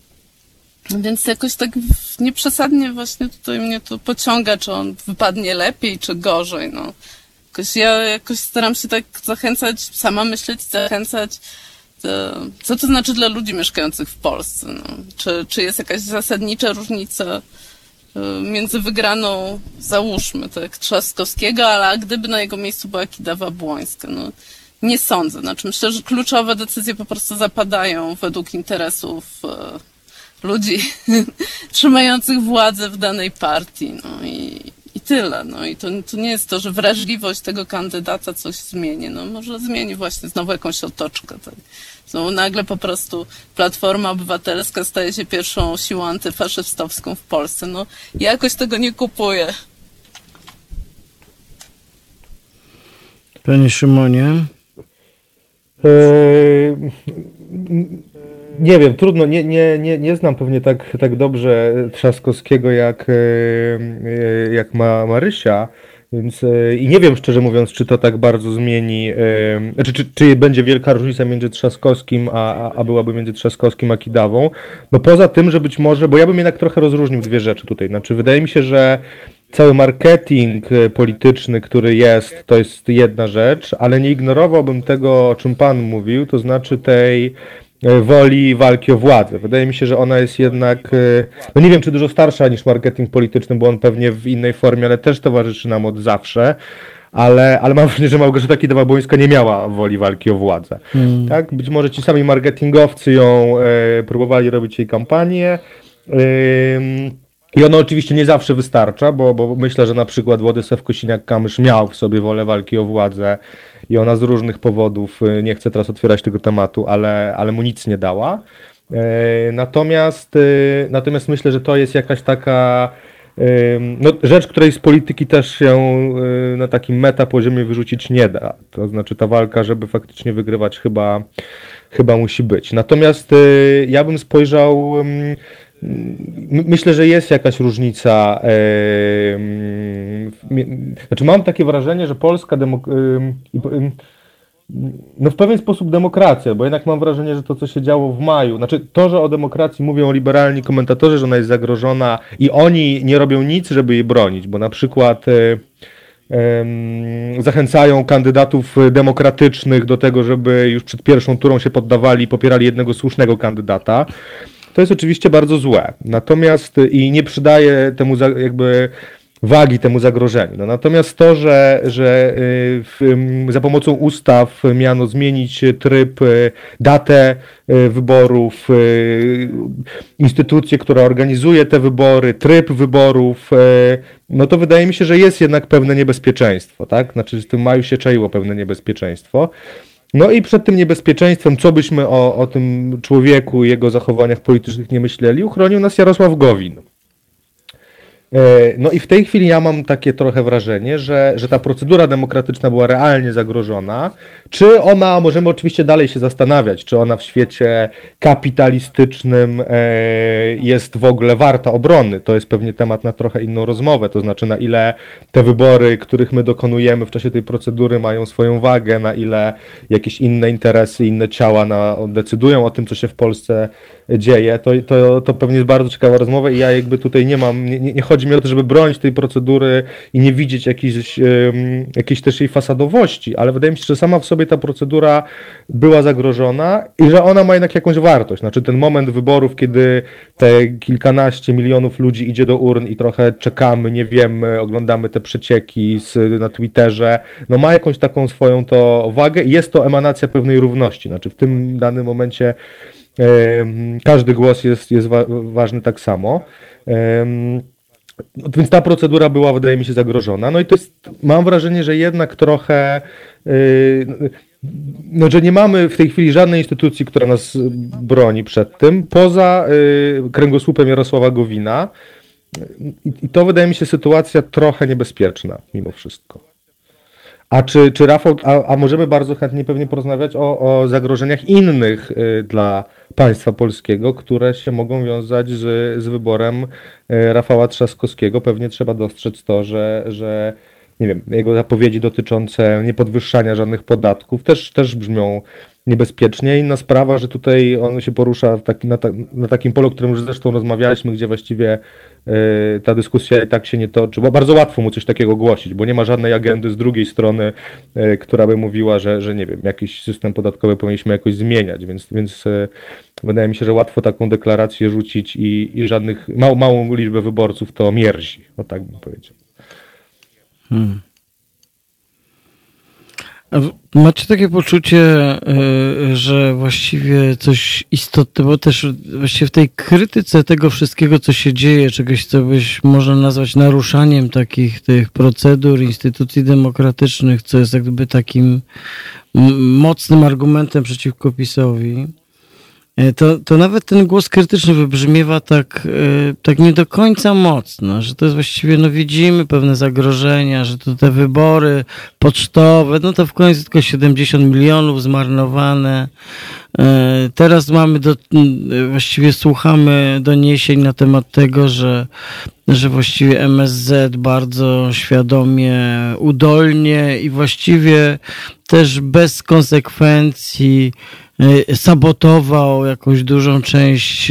Więc jakoś tak nieprzesadnie właśnie tutaj mnie to pociąga, czy on wypadnie lepiej, czy gorzej. No. Ja jakoś staram się tak zachęcać, sama myśleć, zachęcać, co to znaczy dla ludzi mieszkających w Polsce. No. Czy jest jakaś zasadnicza różnica między wygraną, załóżmy, tak, Trzaskowskiego, ale gdyby na jego miejscu była Kidawa-Błońska. No, nie sądzę. Znaczy, myślę, że kluczowe decyzje po prostu zapadają według interesów ludzi trzymających władzę w danej partii. No i tyle. No i to nie jest to, że wrażliwość tego kandydata coś zmieni. No może zmieni właśnie znowu jakąś otoczkę. Tak. Znowu nagle po prostu Platforma Obywatelska staje się pierwszą siłą antyfaszystowską w Polsce. No ja jakoś tego nie kupuję. Panie Szymonie? Nie wiem, trudno, nie znam pewnie tak dobrze Trzaskowskiego jak Marysia, więc i nie wiem szczerze mówiąc, czy to tak bardzo zmieni, czy będzie wielka różnica między Trzaskowskim, a byłaby między Trzaskowskim a Kidawą. No poza tym, że być może, bo ja bym jednak trochę rozróżnił dwie rzeczy tutaj, znaczy wydaje mi się, że cały marketing polityczny, który jest, to jest jedna rzecz, ale nie ignorowałbym tego, o czym pan mówił, to znaczy tej woli walki o władzę. Wydaje mi się, że ona jest jednak, no nie wiem, czy dużo starsza niż marketing polityczny, bo on pewnie w innej formie, ale też towarzyszy nam od zawsze. Ale mam wrażenie, że Małgorzata Kidawa-Błońska nie miała woli walki o władzę. Tak? Być może ci sami marketingowcy ją próbowali robić jej kampanię. I ono oczywiście nie zawsze wystarcza, bo myślę, że na przykład Władysław Kosiniak-Kamysz miał w sobie wolę walki o władzę i ona z różnych powodów, nie chcę teraz otwierać tego tematu, ale mu nic nie dała. Natomiast myślę, że to jest jakaś taka rzecz, której z polityki też się na takim metapoziomie wyrzucić nie da. To znaczy ta walka, żeby faktycznie wygrywać chyba musi być. Natomiast ja bym spojrzał... Myślę, że jest jakaś różnica. Znaczy mam takie wrażenie, że Polska no w pewien sposób demokracja, bo jednak mam wrażenie, że to, co się działo w maju, znaczy to, że o demokracji mówią liberalni komentatorzy, że ona jest zagrożona i oni nie robią nic, żeby jej bronić, bo na przykład zachęcają kandydatów demokratycznych do tego, żeby już przed pierwszą turą się poddawali i popierali jednego słusznego kandydata. To jest oczywiście bardzo złe, natomiast i nie przydaje temu jakby wagi temu zagrożeniu. No, natomiast to, że za pomocą ustaw miano zmienić tryb, datę wyborów, instytucję, która organizuje te wybory, tryb wyborów, no to wydaje mi się, że jest jednak pewne niebezpieczeństwo, tak? Znaczy w tym maju się czaiło pewne niebezpieczeństwo. No i przed tym niebezpieczeństwem, co byśmy o tym człowieku i jego zachowaniach politycznych nie myśleli, uchronił nas Jarosław Gowin. No i w tej chwili ja mam takie trochę wrażenie, że ta procedura demokratyczna była realnie zagrożona. Czy ona, możemy oczywiście dalej się zastanawiać, czy ona w świecie kapitalistycznym jest w ogóle warta obrony. To jest pewnie temat na trochę inną rozmowę, to znaczy na ile te wybory, których my dokonujemy w czasie tej procedury mają swoją wagę, na ile jakieś inne interesy, inne ciała decydują o tym, co się w Polsce dzieje. To pewnie jest bardzo ciekawa rozmowa i ja jakby tutaj nie chodzi mi o to, żeby bronić tej procedury i nie widzieć jakiejś też jej fasadowości, ale wydaje mi się, że sama w sobie ta procedura była zagrożona i że ona ma jednak jakąś wartość. Znaczy ten moment wyborów, kiedy te kilkanaście milionów ludzi idzie do urn i trochę czekamy, nie wiemy, oglądamy te przecieki na Twitterze, no ma jakąś taką swoją to wagę i jest to emanacja pewnej równości. Znaczy w tym danym momencie każdy głos jest ważny tak samo. Więc ta procedura była, wydaje mi się, zagrożona. No i to jest, mam wrażenie, że jednak trochę, że nie mamy w tej chwili żadnej instytucji, która nas broni przed tym, poza kręgosłupem Jarosława Gowina. I to wydaje mi się sytuacja trochę niebezpieczna mimo wszystko. Czy Rafał, a możemy bardzo chętnie pewnie porozmawiać o zagrożeniach innych dla państwa polskiego, które się mogą wiązać z wyborem Rafała Trzaskowskiego. Pewnie trzeba dostrzec to, że nie wiem, jego zapowiedzi dotyczące niepodwyższania żadnych podatków też brzmią niebezpiecznie. Inna sprawa, że tutaj on się porusza na takim polu, o którym już zresztą rozmawialiśmy, gdzie właściwie ta dyskusja i tak się nie toczy, bo bardzo łatwo mu coś takiego głosić, bo nie ma żadnej agendy z drugiej strony, która by mówiła, że nie wiem, jakiś system podatkowy powinniśmy jakoś zmieniać, więc wydaje mi się, że łatwo taką deklarację rzucić i żadnych, małą liczbę wyborców to mierzi, o tak bym powiedział. Macie takie poczucie, że właściwie coś istotnego, bo też właściwie w tej krytyce tego wszystkiego, co się dzieje, czegoś, co można nazwać naruszaniem tych procedur, instytucji demokratycznych, co jest jak gdyby takim mocnym argumentem przeciwko PiS-owi, to nawet ten głos krytyczny wybrzmiewa tak nie do końca mocno, że to jest właściwie, no widzimy pewne zagrożenia, że to te wybory pocztowe, no to w końcu tylko 70 milionów zmarnowane, Teraz właściwie słuchamy doniesień na temat tego, że właściwie MSZ bardzo świadomie, udolnie i właściwie też bez konsekwencji sabotował jakąś dużą część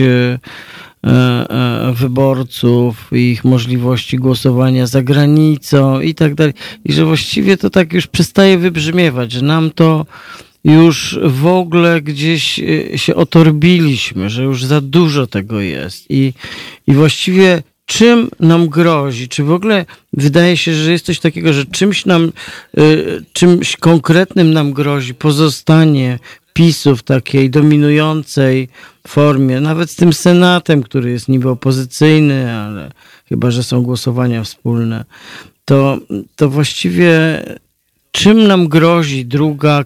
wyborców i ich możliwości głosowania za granicą i tak dalej. I że właściwie to tak już przestaje wybrzmiewać, że nam to już w ogóle gdzieś się otorbiliśmy, że już za dużo tego jest. I właściwie czym nam grozi? Czy w ogóle wydaje się, że jest coś takiego, że czymś konkretnym nam grozi pozostanie PiS-u w takiej dominującej formie, nawet z tym Senatem, który jest niby opozycyjny, ale chyba że są głosowania wspólne, to właściwie czym nam grozi druga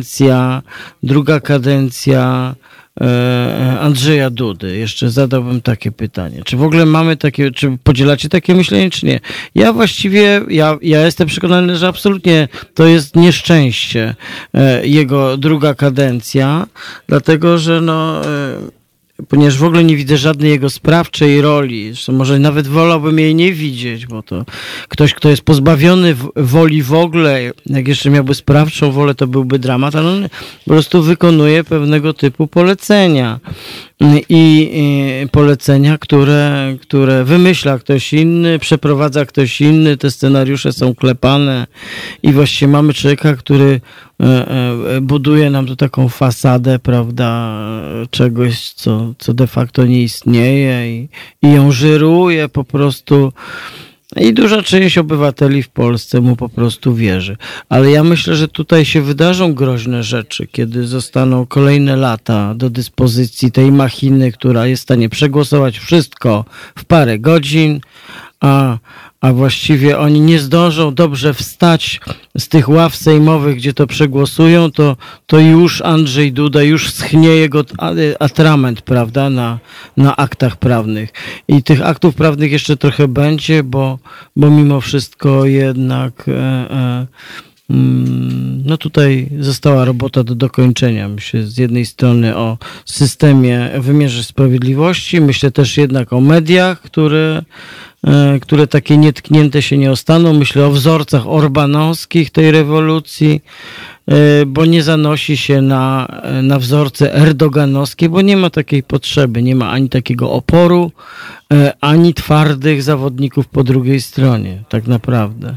kadencja Andrzeja Dudy? Jeszcze zadałbym takie pytanie. Czy w ogóle mamy takie, czy podzielacie takie myślenie, czy nie? Ja właściwie, ja jestem przekonany, że absolutnie to jest nieszczęście jego druga kadencja, dlatego, że ponieważ w ogóle nie widzę żadnej jego sprawczej roli, zresztą może nawet wolałbym jej nie widzieć, bo to ktoś, kto jest pozbawiony woli w ogóle, jak jeszcze miałby sprawczą wolę, to byłby dramat, ale on po prostu wykonuje pewnego typu polecenia i polecenia, które wymyśla ktoś inny, przeprowadza ktoś inny, te scenariusze są klepane i właściwie mamy człowieka, który buduje nam tu taką fasadę, prawda, czegoś, co de facto nie istnieje i ją żyruje po prostu. I duża część obywateli w Polsce mu po prostu wierzy. Ale ja myślę, że tutaj się wydarzą groźne rzeczy, kiedy zostaną kolejne lata do dyspozycji tej machiny, która jest w stanie przegłosować wszystko w parę godzin, a właściwie oni nie zdążą dobrze wstać z tych ław sejmowych, gdzie to przegłosują, to już Andrzej Duda, już schnie jego atrament, prawda, na aktach prawnych. I tych aktów prawnych jeszcze trochę będzie, bo mimo wszystko jednak tutaj została robota do dokończenia. Myślę z jednej strony o systemie, wymiarze sprawiedliwości, myślę też jednak o mediach, które takie nietknięte się nie ostaną. Myślę o wzorcach orbanowskich tej rewolucji, bo nie zanosi się na wzorce erdoganowskie, bo nie ma takiej potrzeby, nie ma ani takiego oporu, ani twardych zawodników po drugiej stronie, tak naprawdę.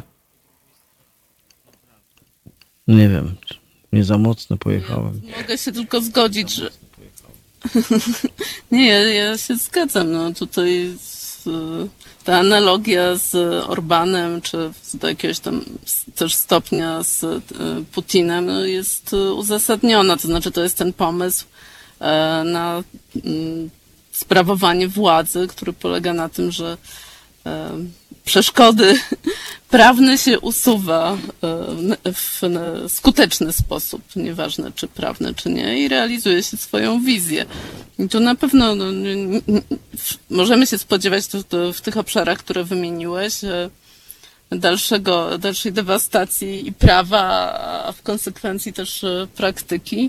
Nie wiem, nie za mocno pojechałem. Mogę się tylko zgodzić, że... Nie, ja się zgadzam. Tutaj ta analogia z Orbanem, czy do jakiegoś tam też stopnia z Putinem jest uzasadniona. To znaczy, to jest ten pomysł na sprawowanie władzy, który polega na tym, że przeszkody prawne się usuwa w skuteczny sposób, nieważne czy prawne, czy nie, i realizuje się swoją wizję. I tu na pewno możemy się spodziewać w tych obszarach, które wymieniłeś, dalszej dewastacji i prawa, a w konsekwencji też praktyki.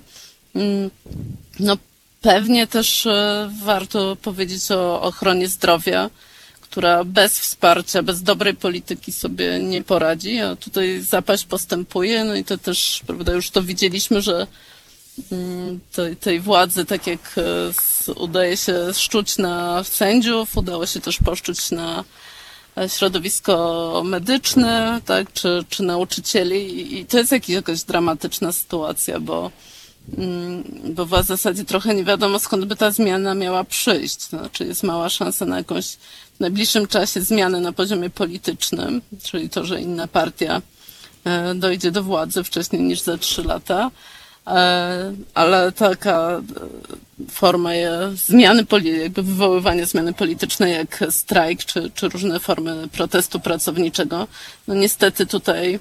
Pewnie też warto powiedzieć o ochronie zdrowia, która bez wsparcia, bez dobrej polityki sobie nie poradzi, a tutaj zapaść postępuje, i to też, prawda, już to widzieliśmy, że tej władzy, tak jak udaje się szczuć na sędziów, udało się też poszczuć na środowisko medyczne, tak, czy nauczycieli, i to jest jakaś dramatyczna sytuacja, bo w zasadzie trochę nie wiadomo, skąd by ta zmiana miała przyjść. To znaczy jest mała szansa na jakąś w najbliższym czasie zmiany na poziomie politycznym, czyli to, że inna partia dojdzie do władzy wcześniej niż za 3 lata, ale taka forma zmiany, jakby wywoływania zmiany politycznej, jak strajk, czy różne formy protestu pracowniczego, niestety tutaj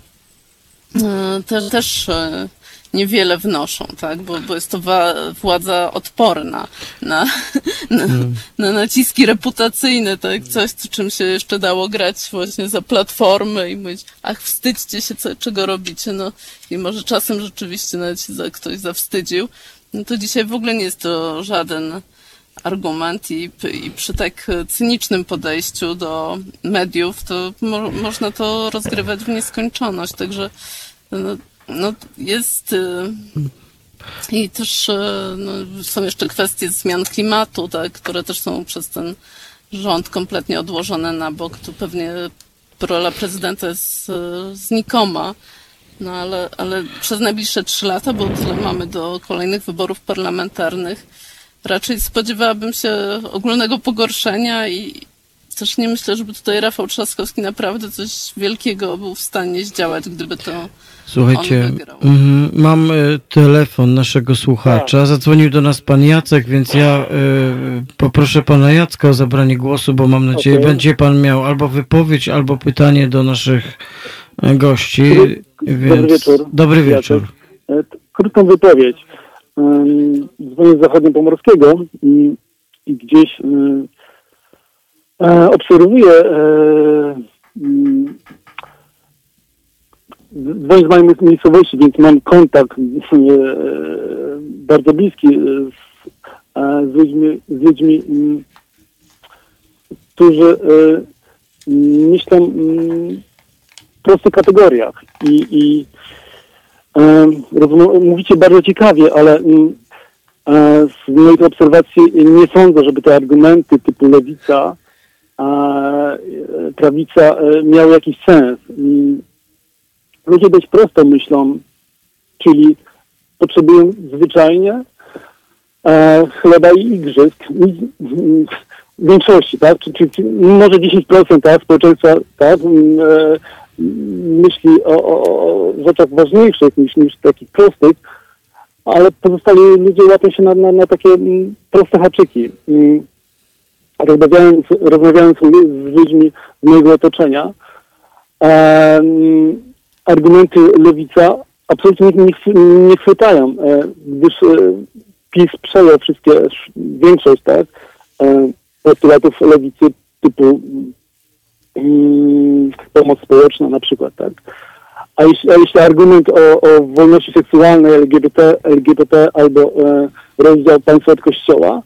też niewiele wnoszą, tak? Bo jest to władza odporna na naciski reputacyjne, tak? Coś, czym się jeszcze dało grać właśnie za Platformę i mówić, ach, wstydźcie się, czego robicie, i może czasem rzeczywiście nawet się ktoś zawstydził, no to dzisiaj w ogóle nie jest to żaden argument i przy tak cynicznym podejściu do mediów to można to rozgrywać w nieskończoność. Także no jest i też są jeszcze kwestie zmian klimatu, tak, które też są przez ten rząd kompletnie odłożone na bok. Tu pewnie rola prezydenta jest znikoma. No ale przez najbliższe 3 lata, bo tyle mamy do kolejnych wyborów parlamentarnych, raczej spodziewałabym się ogólnego pogorszenia i też nie myślę, żeby tutaj Rafał Trzaskowski naprawdę coś wielkiego był w stanie zdziałać, gdyby to Słuchajcie, on wygrał. Mam telefon naszego słuchacza. Zadzwonił do nas pan Jacek, więc ja poproszę pana Jacka o zabranie głosu, bo mam nadzieję, będzie pan miał albo wypowiedź, albo pytanie do naszych gości. Więc... Dobry wieczór. Dobry wieczór. Krótką wypowiedź. Dzwonię z Zachodniopomorskiego i gdzieś obserwuję dzwonię z mojej miejscowości, więc mam kontakt bardzo bliski z ludźmi, którzy myślą w prostych kategoriach i mówicie bardzo ciekawie, ale z moich obserwacji nie sądzę, żeby te argumenty typu lewica, prawica miały jakiś sens. Ludzie dość prosto myślą, czyli potrzebują zwyczajnie chleba i igrzysk. W większości, tak? Czy może 10%, tak? Społeczeństwa, tak? Myśli o rzeczach ważniejszych niż takich prostych, ale ludzie łapią się na takie proste haczyki. Rozmawiając z ludźmi z mojego otoczenia, argumenty lewica absolutnie nie chwytają, gdyż PiS przejął większość, tak, postulatów lewicy typu pomoc społeczna na przykład, tak. A jeśli argument o wolności seksualnej, LGBT albo rozdział państwa od kościoła,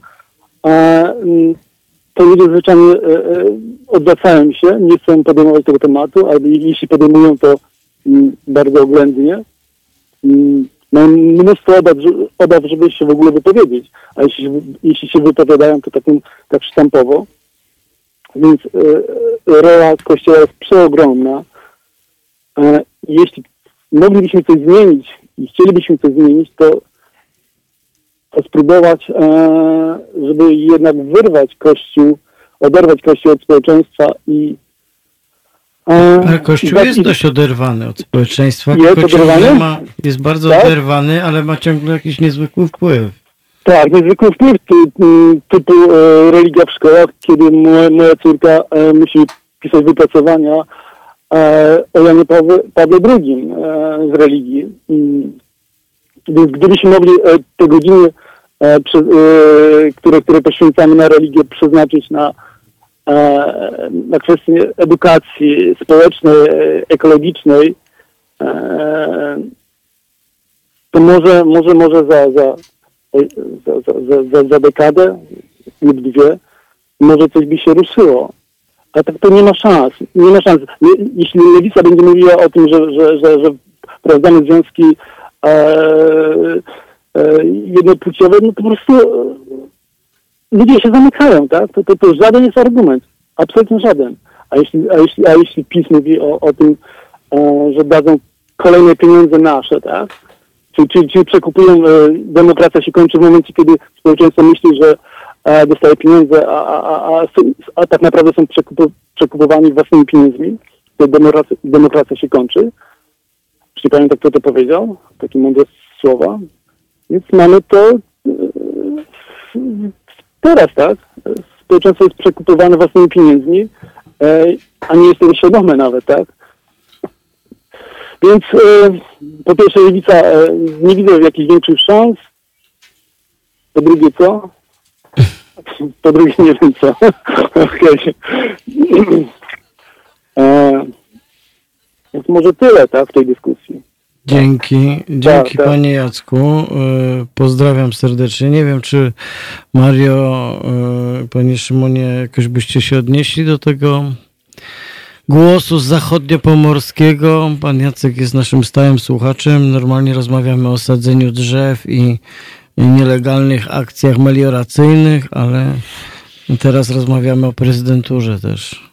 to ludzie zwyczajnie odwracają się, nie chcą podejmować tego tematu, albo jeśli podejmują, to bardzo oględnie. Mam mnóstwo obaw, żeby się w ogóle wypowiedzieć, a jeśli się wypowiadają, to tak sztampowo. Więc rola Kościoła jest przeogromna. Jeśli moglibyśmy coś zmienić i chcielibyśmy coś zmienić, to spróbować, żeby jednak oderwać Kościół od społeczeństwa i ale Kościół jest dość oderwany od społeczeństwa. Jest bardzo oderwany, ale ma ciągle jakiś niezwykły wpływ. Tak, niezwykły wpływ typu religia w szkołach, kiedy moja córka musi pisać wypracowania o Janie Pawle II z religii. Więc gdybyśmy mogli te godziny, które poświęcamy na religię, przeznaczyć na kwestie edukacji społecznej, ekologicznej, to może za dekadę lub 2 może coś by się ruszyło. A tak to nie ma szans. Nie ma szans. Jeśli lewica będzie mówiła o tym, że wprowadzamy związki jednopłciowe, no to po prostu ludzie się zamykają, tak? To żaden jest argument. Absolutnie żaden. A jeśli PiS mówi o tym, że dadzą kolejne pieniądze nasze, tak? Czyli przekupują, demokracja się kończy w momencie, kiedy społeczeństwo myśli, że dostaje pieniądze, a tak naprawdę są przekupowani własnymi pieniędzmi, to demokracja się kończy. Jeśli pamiętam, kto to powiedział, takie mądre słowa. Więc mamy to teraz, tak? Społeczeństwo jest przekupowane własnymi pieniędzmi, a nie jest tego świadome nawet, tak? Więc po pierwsze lewica nie widzę jakichś większych szans. Po drugie co? Po drugie nie wiem co. Okej. Więc może tyle, tak, w tej dyskusji. Dzięki tak. panie Jacku. Pozdrawiam serdecznie. Nie wiem, czy Mario, panie Szymonie, jakoś byście się odnieśli do tego głosu z zachodniopomorskiego. Pan Jacek jest naszym stałym słuchaczem. Normalnie rozmawiamy o sadzeniu drzew i nielegalnych akcjach melioracyjnych, ale teraz rozmawiamy o prezydenturze też.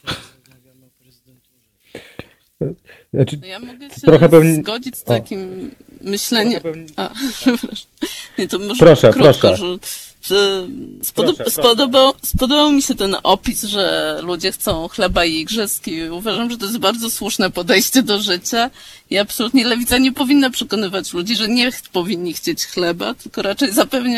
Znaczy, Ja mogę się trochę pewnie... zgodzić z takim myśleniem. Przepraszam. Nie, to może Proszę, krótko, proszę. że spodobał mi się ten opis, że ludzie chcą chleba i igrzyski. Uważam, że to jest bardzo słuszne podejście do życia i absolutnie lewica nie powinna przekonywać ludzi, że nie powinni chcieć chleba, tylko raczej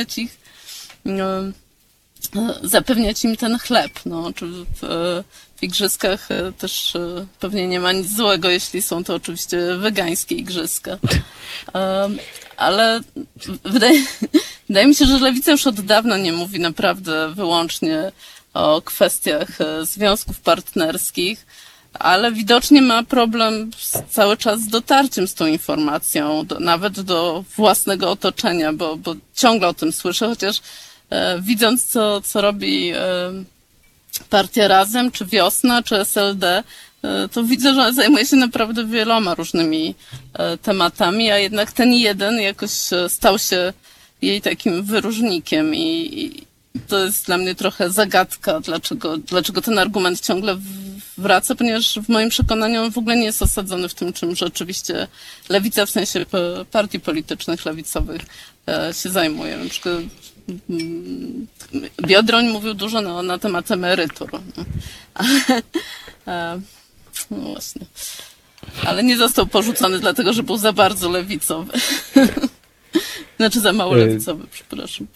zapewniać im ten chleb. No, czy w igrzyskach też pewnie nie ma nic złego, jeśli są to oczywiście wegańskie igrzyska. Ale wydaje mi się, że lewica już od dawna nie mówi naprawdę wyłącznie o kwestiach związków partnerskich, ale widocznie ma problem cały czas z dotarciem z tą informacją, nawet do własnego otoczenia, bo ciągle o tym słyszę, chociaż widząc, co robi Partia Razem, czy Wiosna, czy SLD, to widzę, że zajmuje się naprawdę wieloma różnymi tematami, a jednak ten jeden jakoś stał się jej takim wyróżnikiem i to jest dla mnie trochę zagadka, dlaczego ten argument ciągle wraca, ponieważ w moim przekonaniu on w ogóle nie jest osadzony w tym, czym rzeczywiście lewica, w sensie partii politycznych lewicowych się zajmuje. Na przykład Biedroń mówił dużo na temat emerytur. No właśnie. Ale nie został porzucony dlatego, że był za bardzo lewicowy. Znaczy za mało lewicowy, przepraszam.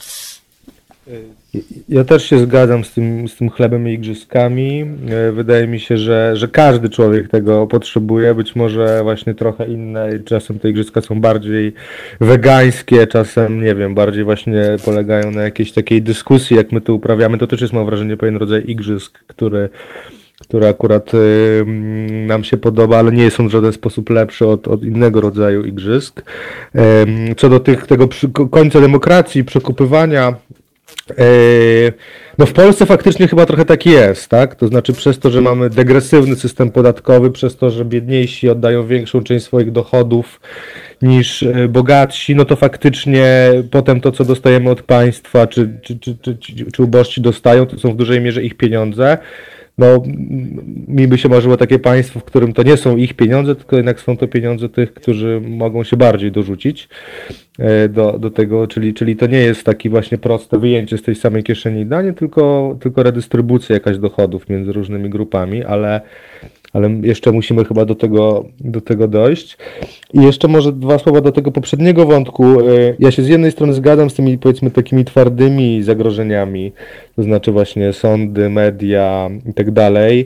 Ja też się zgadzam z tym chlebem i igrzyskami. Wydaje mi się, że każdy człowiek tego potrzebuje. Być może właśnie trochę inne. Czasem te igrzyska są bardziej wegańskie, czasem, nie wiem, bardziej właśnie polegają na jakiejś takiej dyskusji, jak my tu uprawiamy. To też jest, mam wrażenie, pewien rodzaj igrzysk, który akurat nam się podoba, ale nie jest on w żaden sposób lepszy od innego rodzaju igrzysk. Co do tego końca demokracji, przekupywania, no w Polsce faktycznie chyba trochę tak jest, tak? To znaczy przez to, że mamy degresywny system podatkowy, przez to, że biedniejsi oddają większą część swoich dochodów niż bogatsi, no to faktycznie potem to, co dostajemy od państwa, czy ubożsi dostają, to są w dużej mierze ich pieniądze. No, mi by się marzyło takie państwo, w którym to nie są ich pieniądze, tylko jednak są to pieniądze tych, którzy mogą się bardziej dorzucić do tego, czyli to nie jest takie właśnie proste wyjęcie z tej samej kieszeni i danie, tylko redystrybucja jakaś dochodów między różnymi grupami, ale jeszcze musimy chyba do tego dojść. I jeszcze może 2 słowa do tego poprzedniego wątku. Ja się z jednej strony zgadzam z tymi, powiedzmy, takimi twardymi zagrożeniami, to znaczy właśnie sądy, media i tak dalej.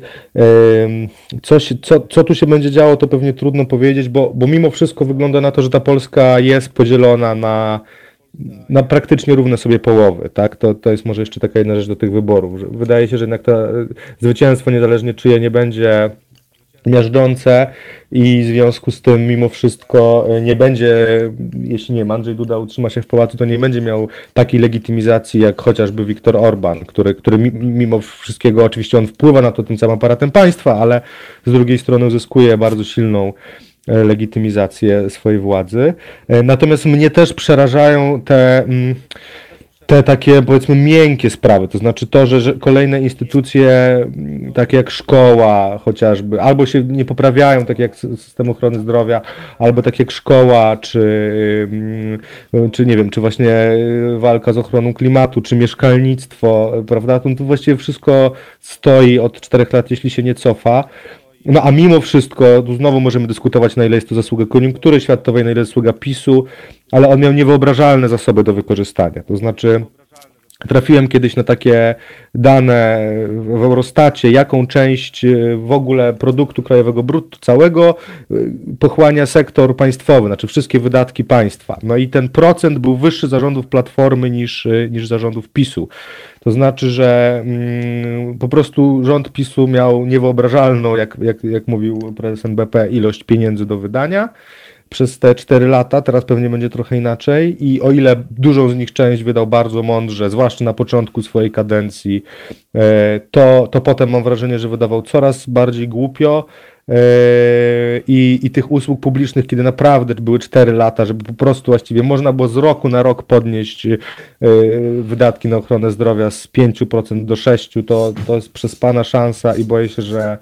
Co tu się będzie działo, to pewnie trudno powiedzieć, bo mimo wszystko wygląda na to, że ta Polska jest podzielona na praktycznie równe sobie połowy, tak? To jest może jeszcze taka jedna rzecz do tych wyborów. Wydaje się, że jednak to zwycięstwo, niezależnie czyje, nie będzie miażdżące i w związku z tym mimo wszystko nie będzie, jeśli nie wiem, Andrzej Duda utrzyma się w pałacu, to nie będzie miał takiej legitymizacji jak chociażby Viktor Orban, który mimo wszystkiego oczywiście on wpływa na to tym samym aparatem państwa, ale z drugiej strony uzyskuje bardzo silną legitymizację swojej władzy. Natomiast mnie też przerażają te takie, powiedzmy, miękkie sprawy, to znaczy to, że kolejne instytucje, takie jak szkoła chociażby, albo się nie poprawiają, tak jak system ochrony zdrowia, albo tak jak szkoła, czy nie wiem, czy właśnie walka z ochroną klimatu, czy mieszkalnictwo, prawda, tu właściwie wszystko stoi od 4 lat, jeśli się nie cofa. No a mimo wszystko, tu znowu możemy dyskutować, na ile jest to zasługa koniunktury światowej, na ile zasługa PiS-u, ale on miał niewyobrażalne zasoby do wykorzystania. To znaczy, trafiłem kiedyś na takie dane w Eurostacie, jaką część w ogóle produktu krajowego brutto całego pochłania sektor państwowy, znaczy wszystkie wydatki państwa. No i ten procent był wyższy zarządów Platformy niż zarządów PiS-u. To znaczy, że po prostu rząd PiS-u miał niewyobrażalną, jak mówił prezes NBP, ilość pieniędzy do wydania, przez te 4 lata, teraz pewnie będzie trochę inaczej i o ile dużą z nich część wydał bardzo mądrze, zwłaszcza na początku swojej kadencji, to potem mam wrażenie, że wydawał coraz bardziej głupio. I tych usług publicznych, kiedy naprawdę były 4 lata, żeby po prostu właściwie można było z roku na rok podnieść wydatki na ochronę zdrowia z 5% do 6%, to jest przespana szansa i boję się, że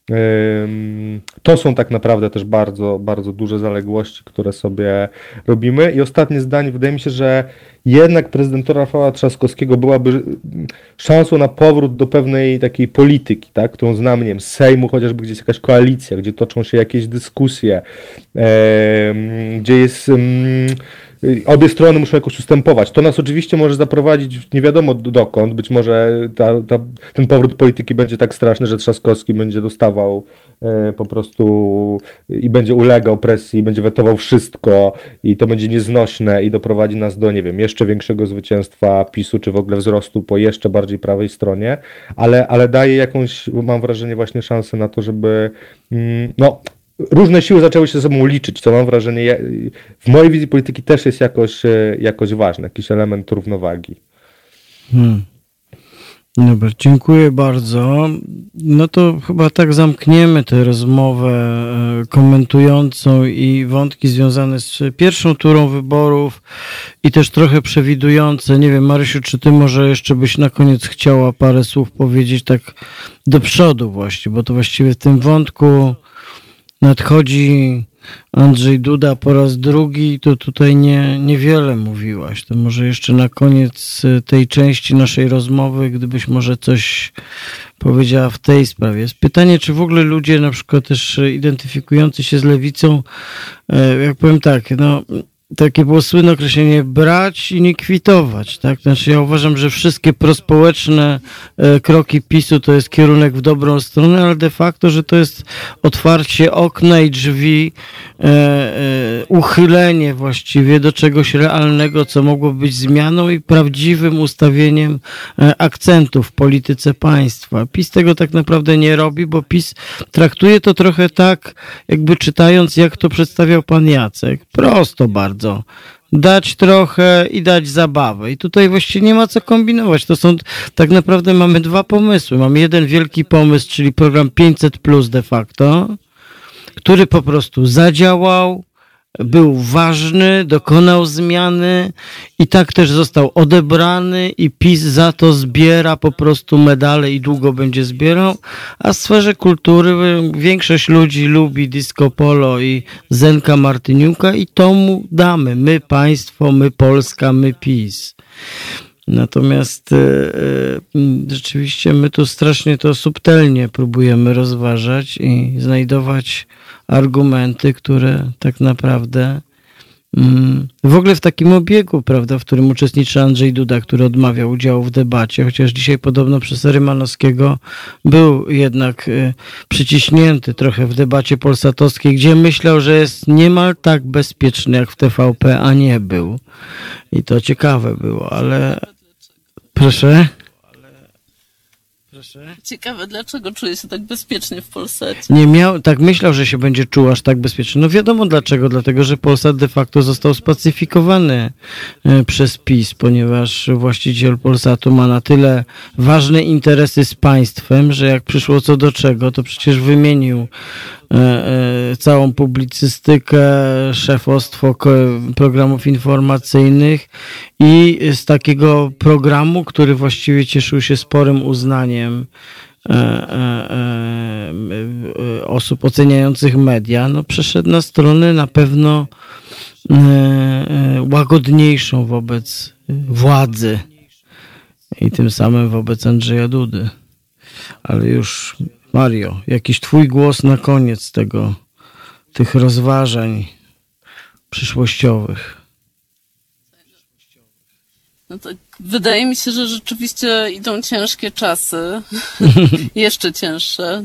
to są tak naprawdę też bardzo, bardzo duże zaległości, które sobie robimy. I ostatnie zdanie, wydaje mi się, że jednak prezydentura Rafała Trzaskowskiego byłaby szansą na powrót do pewnej takiej polityki, tak, którą znamy, nie wiem, z Sejmu, chociażby gdzieś jakaś koalicja, gdzie toczą się jakieś dyskusje, gdzie jest... Obie strony muszą jakoś ustępować. To nas oczywiście może zaprowadzić nie wiadomo dokąd. Być może ten powrót polityki będzie tak straszny, że Trzaskowski będzie dostawał po prostu i będzie ulegał presji, będzie wetował wszystko i to będzie nieznośne i doprowadzi nas do, nie wiem, jeszcze większego zwycięstwa PiS-u, czy w ogóle wzrostu po jeszcze bardziej prawej stronie, ale daje jakąś, mam wrażenie, właśnie szansę na to, żeby różne siły zaczęły się ze sobą liczyć, co mam wrażenie, w mojej wizji polityki też jest jakoś ważne, jakiś element równowagi. Dobra, dziękuję bardzo. No to chyba tak zamkniemy tę rozmowę komentującą i wątki związane z pierwszą turą wyborów i też trochę przewidujące. Nie wiem, Marysiu, czy ty może jeszcze byś na koniec chciała parę słów powiedzieć tak do przodu właśnie, bo to właściwie w tym wątku nadchodzi Andrzej Duda po raz drugi, to tutaj niewiele mówiłaś. To może jeszcze na koniec tej części naszej rozmowy, gdybyś może coś powiedziała w tej sprawie. Jest pytanie, czy w ogóle ludzie na przykład też identyfikujący się z lewicą, jak powiem tak, takie było słynne określenie brać i nie kwitować, tak? Znaczy ja uważam, że wszystkie prospołeczne kroki PiS-u to jest kierunek w dobrą stronę, ale de facto, że to jest otwarcie okna i drzwi, uchylenie właściwie do czegoś realnego, co mogłoby być zmianą i prawdziwym ustawieniem akcentu w polityce państwa. PiS tego tak naprawdę nie robi, bo PiS traktuje to trochę tak, jakby czytając, jak to przedstawiał pan Jacek. Prosto bardzo. Dać trochę i dać zabawę. I tutaj właściwie nie ma co kombinować. To są, tak naprawdę mamy 2 pomysły. Mamy jeden wielki pomysł, czyli program 500+ de facto, który po prostu zadziałał, był ważny, dokonał zmiany i tak też został odebrany i PiS za to zbiera po prostu medale i długo będzie zbierał, a w sferze kultury większość ludzi lubi disco polo i Zenka Martyniuka i to mu damy. My państwo, my Polska, my PiS. Natomiast rzeczywiście my tu strasznie to subtelnie próbujemy rozważać i znajdować argumenty, które tak naprawdę w ogóle w takim obiegu, prawda, w którym uczestniczy Andrzej Duda, który odmawiał udziału w debacie, chociaż dzisiaj podobno przez Rymanowskiego był jednak przyciśnięty trochę w debacie polsatowskiej, gdzie myślał, że jest niemal tak bezpieczny jak w TVP, a nie był. I to ciekawe było, ale... Proszę? Ciekawe, dlaczego czuje się tak bezpiecznie w Polsacie? Tak myślał, że się będzie czuł aż tak bezpiecznie. No wiadomo dlaczego, dlatego że Polsat de facto został spacyfikowany przez PiS, ponieważ właściciel Polsatu ma na tyle ważne interesy z państwem, że jak przyszło co do czego, to przecież wymienił całą publicystykę, szefostwo programów informacyjnych i z takiego programu, który właściwie cieszył się sporym uznaniem osób oceniających media, przeszedł na stronę na pewno łagodniejszą wobec władzy i tym samym wobec Andrzeja Dudy. Ale już Mario, jakiś twój głos na koniec tych rozważań przyszłościowych. No tak, wydaje mi się, że rzeczywiście idą ciężkie czasy, jeszcze cięższe.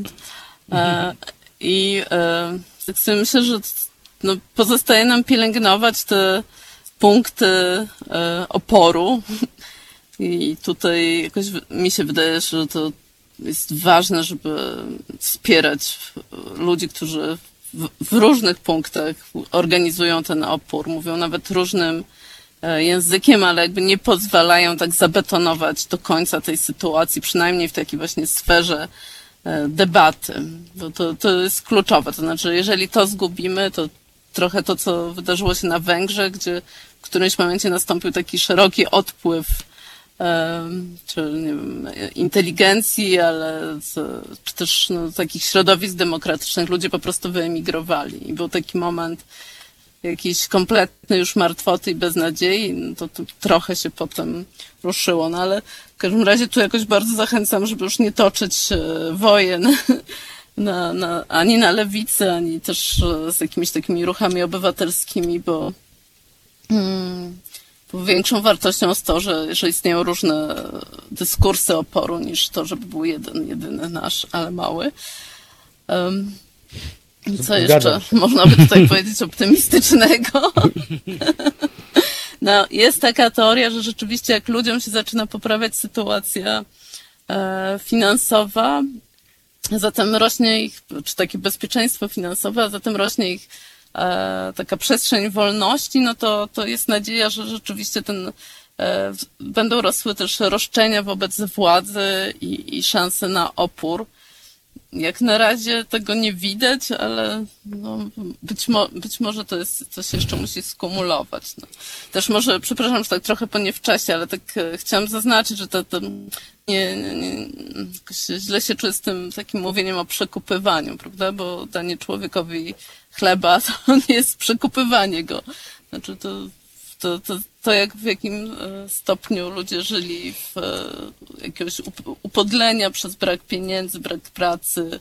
Tak sobie myślę, że pozostaje nam pielęgnować te punkty oporu i tutaj jakoś mi się wydaje, że to jest ważne, żeby wspierać ludzi, którzy w różnych punktach organizują ten opór, mówią nawet różnym językiem, ale jakby nie pozwalają tak zabetonować do końca tej sytuacji, przynajmniej w takiej właśnie sferze debaty. Bo to jest kluczowe. To znaczy, jeżeli to zgubimy, to trochę to, co wydarzyło się na Węgrzech, gdzie w którymś momencie nastąpił taki szeroki odpływ czy nie wiem, inteligencji, ale czy też takich środowisk demokratycznych. Ludzie po prostu wyemigrowali i był taki moment jakiejś kompletnej już martwoty i beznadziei, to trochę się potem ruszyło, no ale w każdym razie tu jakoś bardzo zachęcam, żeby już nie toczyć wojen ani na lewicy, ani też z jakimiś takimi ruchami obywatelskimi, bo większą wartością jest to, że istnieją różne dyskursy oporu, niż to, żeby był jedyny nasz, ale mały. Co jeszcze można by tutaj powiedzieć optymistycznego? No, jest taka teoria, że rzeczywiście jak ludziom się zaczyna poprawiać sytuacja finansowa, zatem rośnie ich, czy takie bezpieczeństwo finansowe, a zatem rośnie ich taka przestrzeń wolności, no to jest nadzieja, że rzeczywiście będą rosły też roszczenia wobec władzy i szanse na opór. Jak na razie tego nie widać, ale no, być może to jest coś jeszcze musi skumulować. No. Też może, przepraszam, że tak trochę po niewczasie, ale tak chciałam zaznaczyć, że to źle się czuję z tym takim mówieniem o przekupywaniu, prawda? Bo danie człowiekowi chleba to nie jest przekupywanie go. Znaczy to jak w jakim stopniu ludzie żyli w jakiegoś upodlenia przez brak pieniędzy, brak pracy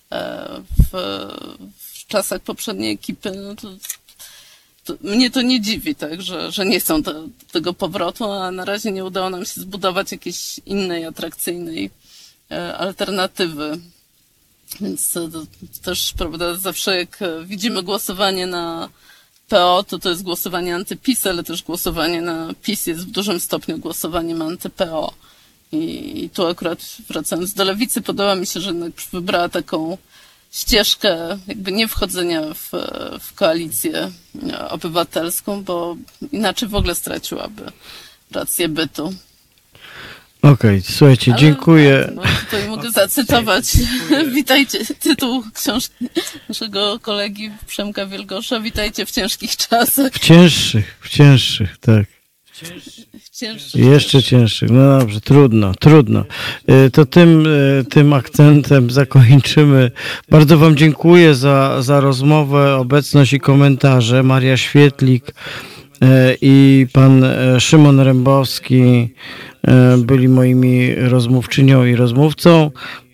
w czasach poprzedniej ekipy, no to mnie to nie dziwi, tak, że nie chcą tego powrotu, a na razie nie udało nam się zbudować jakiejś innej, atrakcyjnej alternatywy. Więc to też, prawda, zawsze jak widzimy głosowanie na PO, to jest głosowanie anty-PiS, ale też głosowanie na PiS jest w dużym stopniu głosowaniem anty-PO. I tu akurat wracając do lewicy, podoba mi się, że jednak wybrała taką ścieżkę jakby nie wchodzenia w koalicję obywatelską, bo inaczej w ogóle straciłaby rację bytu. Okej, słuchajcie, dziękuję. Tutaj mogę zacytować, witajcie, tytuł książki naszego kolegi Przemka Wielgosza, witajcie w ciężkich czasach. W cięższych, tak. Jeszcze cięższych, no dobrze, trudno. To tym akcentem zakończymy. Bardzo wam dziękuję za rozmowę, obecność i komentarze. Maria Świetlik i pan Szymon Rembowski byli moimi rozmówczynią i rozmówcą.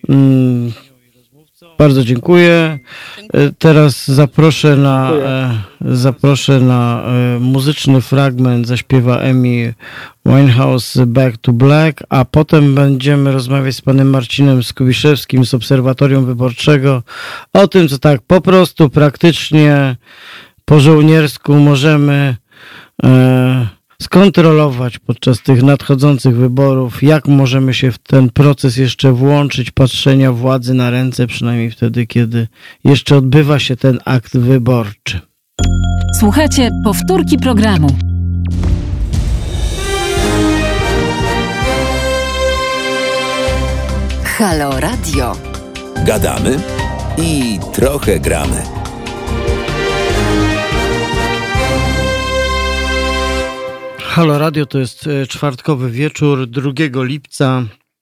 Bardzo dziękuję. Teraz zaproszę na muzyczny fragment, zaśpiewa Amy Winehouse Back to Black, a potem będziemy rozmawiać z panem Marcinem Skubiszewskim z Obserwatorium Wyborczego o tym, co tak po prostu praktycznie po żołniersku możemy skontrolować podczas tych nadchodzących wyborów, jak możemy się w ten proces jeszcze włączyć, patrzenia władzy na ręce, przynajmniej wtedy, kiedy jeszcze odbywa się ten akt wyborczy. Słuchajcie powtórki programu. Halo Radio. Gadamy i trochę gramy. Halo Radio to jest czwartkowy wieczór 2 lipca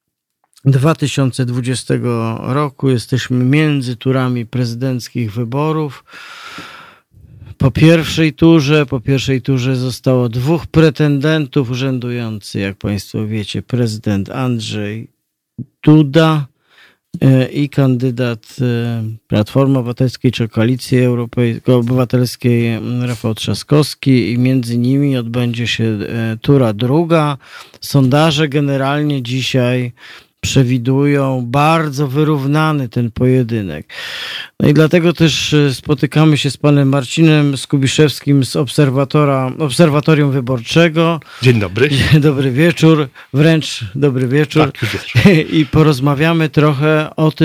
2020 roku. Jesteśmy między turami prezydenckich wyborów. Po pierwszej turze zostało 2 pretendentów urzędujący, jak państwo wiecie, prezydent Andrzej Duda i kandydat Platformy Obywatelskiej czy Koalicji Obywatelskiej Rafał Trzaskowski i między nimi odbędzie się tura druga. Sondaże generalnie dzisiaj przewidują bardzo wyrównany ten pojedynek. No i dlatego też spotykamy się z panem Marcinem Skubiszewskim z Obserwatorium Wyborczego. Dzień dobry. Dobry wieczór, wręcz dobry wieczór. Tak, wieczór. I porozmawiamy trochę o tym,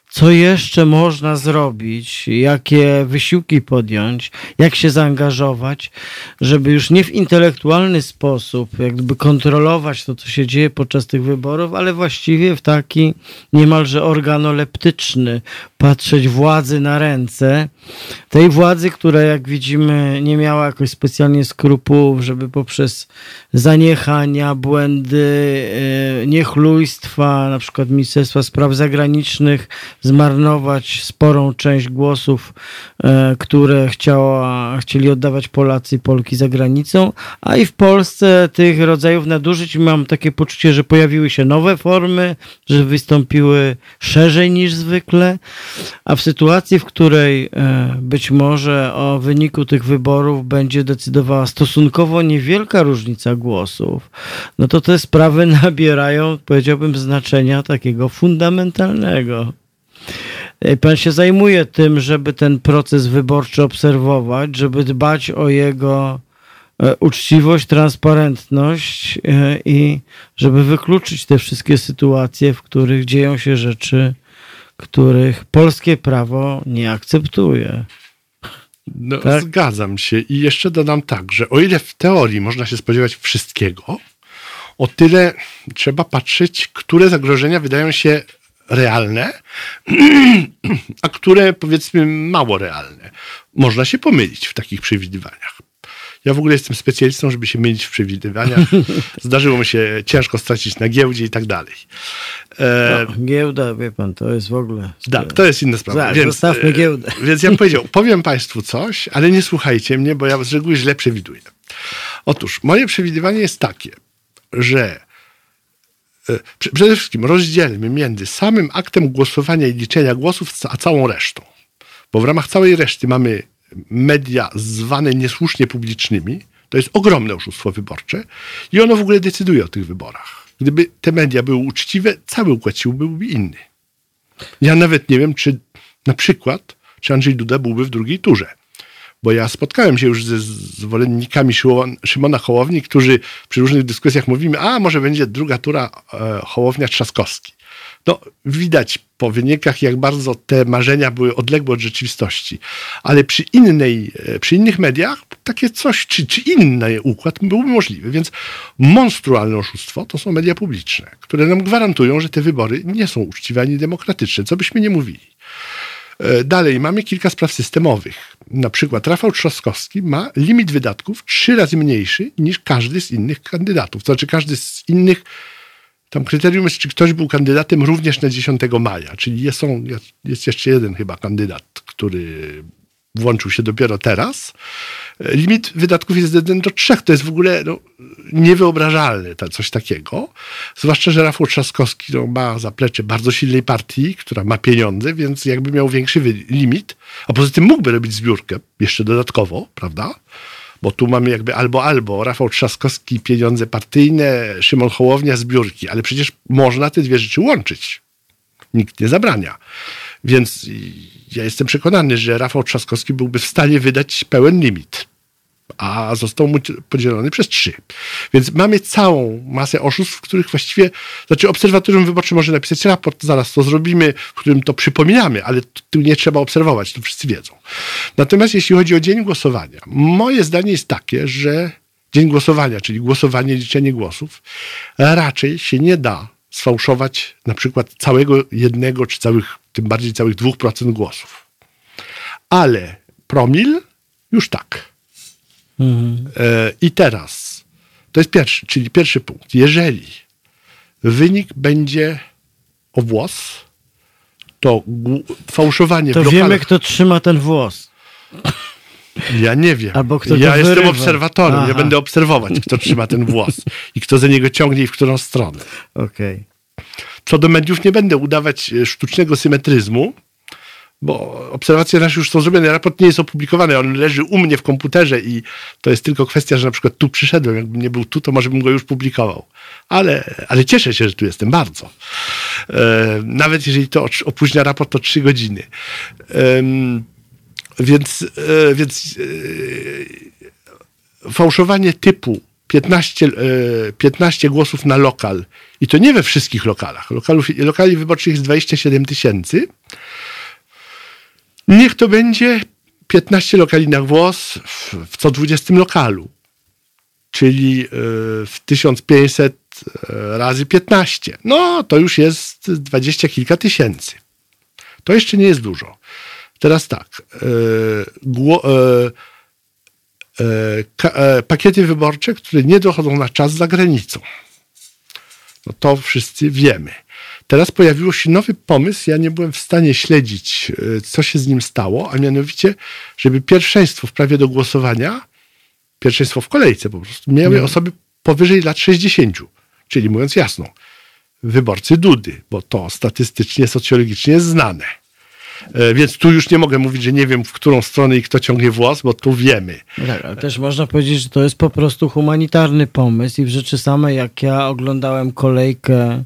co jeszcze można zrobić, jakie wysiłki podjąć, jak się zaangażować, żeby już nie w intelektualny sposób jakby kontrolować to, co się dzieje podczas tych wyborów, ale właściwie w taki niemalże organoleptyczny, patrzeć władzy na ręce. Tej władzy, która jak widzimy nie miała jakoś specjalnie skrupułów, żeby poprzez zaniechania, błędy, niechlujstwa, na przykład Ministerstwa Spraw Zagranicznych, zmarnować sporą część głosów, które chcieli oddawać Polacy i Polki za granicą, a i w Polsce tych rodzajów nadużyć mam takie poczucie, że pojawiły się nowe formy, że wystąpiły szerzej niż zwykle, a w sytuacji, w której być może o wyniku tych wyborów będzie decydowała stosunkowo niewielka różnica głosów, no to te sprawy nabierają, powiedziałbym, znaczenia takiego fundamentalnego. Pan się zajmuje tym, żeby ten proces wyborczy obserwować, żeby dbać o jego uczciwość, transparentność i żeby wykluczyć te wszystkie sytuacje, w których dzieją się rzeczy, których polskie prawo nie akceptuje. No, tak? Zgadzam się i jeszcze dodam tak, że o ile w teorii można się spodziewać wszystkiego, o tyle trzeba patrzeć, które zagrożenia wydają się realne, a które powiedzmy mało realne. Można się pomylić w takich przewidywaniach. Ja w ogóle jestem specjalistą, żeby się mylić w przewidywaniach. Zdarzyło mi się ciężko stracić na giełdzie i tak dalej. Giełda, wie pan, to jest w ogóle... Tak, to jest inna sprawa. Więc, zostawmy giełdę. Więc jak powiedział, powiem państwu coś, ale nie słuchajcie mnie, bo ja z reguły źle przewiduję. Otóż moje przewidywanie jest takie, że przede wszystkim rozdzielmy między samym aktem głosowania i liczenia głosów a całą resztą. Bo w ramach całej reszty mamy media zwane niesłusznie publicznymi. To jest ogromne oszustwo wyborcze i ono w ogóle decyduje o tych wyborach. Gdyby te media były uczciwe, cały układ sił byłby inny. Ja nawet nie wiem, czy na przykład, czy Andrzej Duda byłby w drugiej turze. Bo ja spotkałem się już ze zwolennikami Szymona Hołowni, którzy przy różnych dyskusjach mówimy, a może będzie druga tura Hołownia-Trzaskowski. No, widać po wynikach, jak bardzo te marzenia były odległe od rzeczywistości. Ale przy innych mediach takie coś, czy inny układ byłby możliwy. Więc monstrualne oszustwo to są media publiczne, które nam gwarantują, że te wybory nie są uczciwe ani demokratyczne, co byśmy nie mówili. Dalej, mamy kilka spraw systemowych. Na przykład Rafał Trzaskowski ma limit wydatków 3 razy mniejszy niż każdy z innych kandydatów. To znaczy każdy z innych, tam kryterium jest, czy ktoś był kandydatem również na 10 maja. Czyli jest jeszcze jeden chyba kandydat, który włączył się dopiero teraz. Limit wydatków jest 1:3. To jest w ogóle niewyobrażalne, coś takiego. Zwłaszcza, że Rafał Trzaskowski ma zaplecze bardzo silnej partii, która ma pieniądze, więc jakby miał większy limit, a poza tym mógłby robić zbiórkę jeszcze dodatkowo, prawda? Bo tu mamy jakby albo Rafał Trzaskowski pieniądze partyjne, Szymon Hołownia zbiórki, ale przecież można te dwie rzeczy łączyć. Nikt nie zabrania. Więc ja jestem przekonany, że Rafał Trzaskowski byłby w stanie wydać pełen limit, a został mu podzielony przez 3. Więc mamy całą masę oszustw, w których właściwie, Obserwatorium Wyborcze może napisać raport, zaraz to zrobimy, w którym to przypominamy, ale tu nie trzeba obserwować, to wszyscy wiedzą. Natomiast jeśli chodzi o dzień głosowania, moje zdanie jest takie, że dzień głosowania, czyli głosowanie, liczenie głosów, raczej się nie da sfałszować na przykład całego 1, czy tym bardziej całych 2% głosów. Ale promil już tak. I teraz, to jest pierwszy punkt. Jeżeli wynik będzie o włos, to fałszowanie to w lokalach... wiemy, kto trzyma ten włos. Ja nie wiem. Albo kto ja jestem wyrywa. obserwatorem. Aha. Ja będę obserwować, kto trzyma ten włos i kto za niego ciągnie i w którą stronę. Okej. Co do mediów nie będę udawać sztucznego symetryzmu, bo obserwacje nasze już są zrobione. Raport nie jest opublikowany, on leży u mnie w komputerze i to jest tylko kwestia, że na przykład tu przyszedłem. Jakbym nie był tu, to może bym go już publikował. Ale cieszę się, że tu jestem bardzo. Nawet jeżeli to opóźnia raport o 3 godziny. Więc fałszowanie typu 15 głosów na lokal i to nie we wszystkich lokalach. Lokali wyborczych jest 27 000, Niech to będzie 15 lokali na głos w co 20 lokalu, czyli w 1500 razy 15. No, to już jest 20 kilka tysięcy. To jeszcze nie jest dużo. Teraz tak. Pakiety wyborcze, które nie dochodzą na czas za granicą. No to wszyscy wiemy. Teraz pojawił się nowy pomysł, ja nie byłem w stanie śledzić, co się z nim stało, a mianowicie, żeby pierwszeństwo w prawie do głosowania, pierwszeństwo w kolejce po prostu, miały osoby powyżej lat 60, czyli mówiąc jasno, wyborcy Dudy, bo to statystycznie, socjologicznie jest znane. Więc tu już nie mogę mówić, że nie wiem, w którą stronę i kto ciągnie włos, bo tu wiemy. Tak, ale też można powiedzieć, że to jest po prostu humanitarny pomysł i w rzeczy samej, jak ja oglądałem kolejkę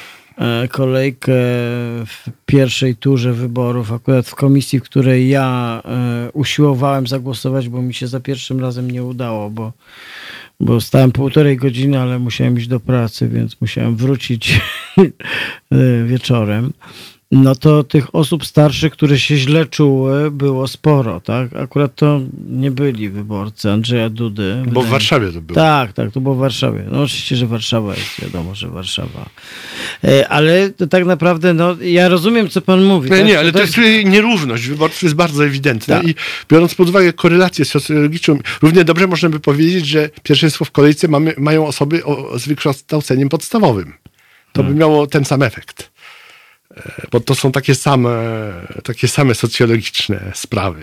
w pierwszej turze wyborów, akurat w komisji, w której ja usiłowałem zagłosować, bo mi się za pierwszym razem nie udało, bo stałem 1,5 godziny, ale musiałem iść do pracy, więc musiałem wrócić wieczorem. No to tych osób starszych, które się źle czuły, było sporo, tak? Akurat to nie byli wyborcy Andrzeja Dudy. Bo w Warszawie to było. Tak, to było w Warszawie. No oczywiście, że Warszawa jest, wiadomo, że Warszawa. Ale to tak naprawdę, no ja rozumiem, co pan mówi. Nie, tak? Ale to jest nierówność wyborców jest bardzo ewidentna tak. I biorąc pod uwagę korelację socjologiczną, równie dobrze można by powiedzieć, że pierwszeństwo w kolejce mają osoby z wykształceniem podstawowym. To by miało ten sam efekt. Bo to są takie same socjologiczne sprawy.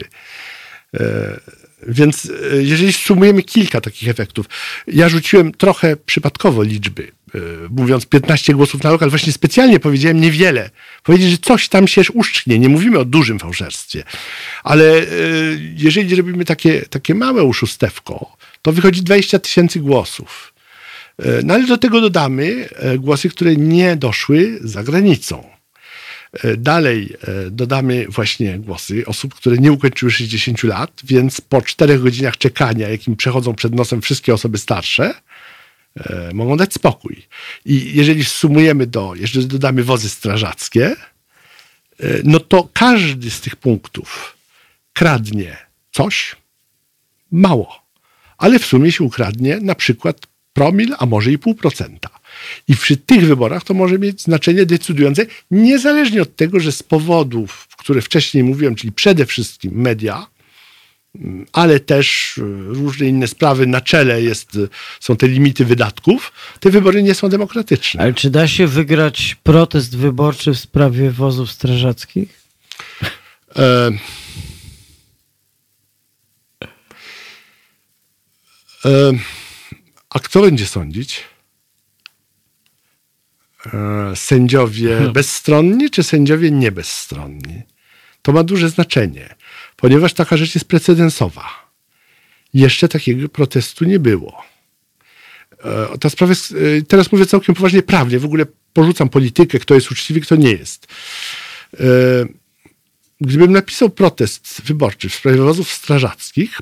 Więc jeżeli sumujemy kilka takich efektów, ja rzuciłem trochę przypadkowo liczby, mówiąc 15 głosów na lokal, właśnie specjalnie powiedziałem niewiele. Powiedzieć, że coś tam się uszczknie, nie mówimy o dużym fałszerstwie, ale jeżeli robimy takie małe uszustewko, to wychodzi 20 000 głosów. No ale do tego dodamy głosy, które nie doszły za granicą. Dalej dodamy właśnie głosy osób, które nie ukończyły 60 lat, więc po 4 godzinach czekania, jakim przechodzą przed nosem wszystkie osoby starsze, mogą dać spokój. I jeżeli sumujemy jeszcze dodamy wozy strażackie, no to każdy z tych punktów kradnie coś mało, ale w sumie się ukradnie na przykład promil, a może i 0,5%. I przy tych wyborach to może mieć znaczenie decydujące, niezależnie od tego, że z powodów, które wcześniej mówiłem, czyli przede wszystkim media, ale też różne inne sprawy, na czele są te limity wydatków, te wybory nie są demokratyczne. Ale czy da się wygrać protest wyborczy w sprawie wozów strażackich? A kto będzie sądzić? Sędziowie bezstronni czy sędziowie niebezstronni? To ma duże znaczenie, ponieważ taka rzecz jest precedensowa. Jeszcze takiego protestu nie było. Ta sprawa jest, teraz mówię całkiem poważnie prawnie, w ogóle porzucam politykę, kto jest uczciwy, kto nie jest. Gdybym napisał protest wyborczy w sprawie wozów strażackich,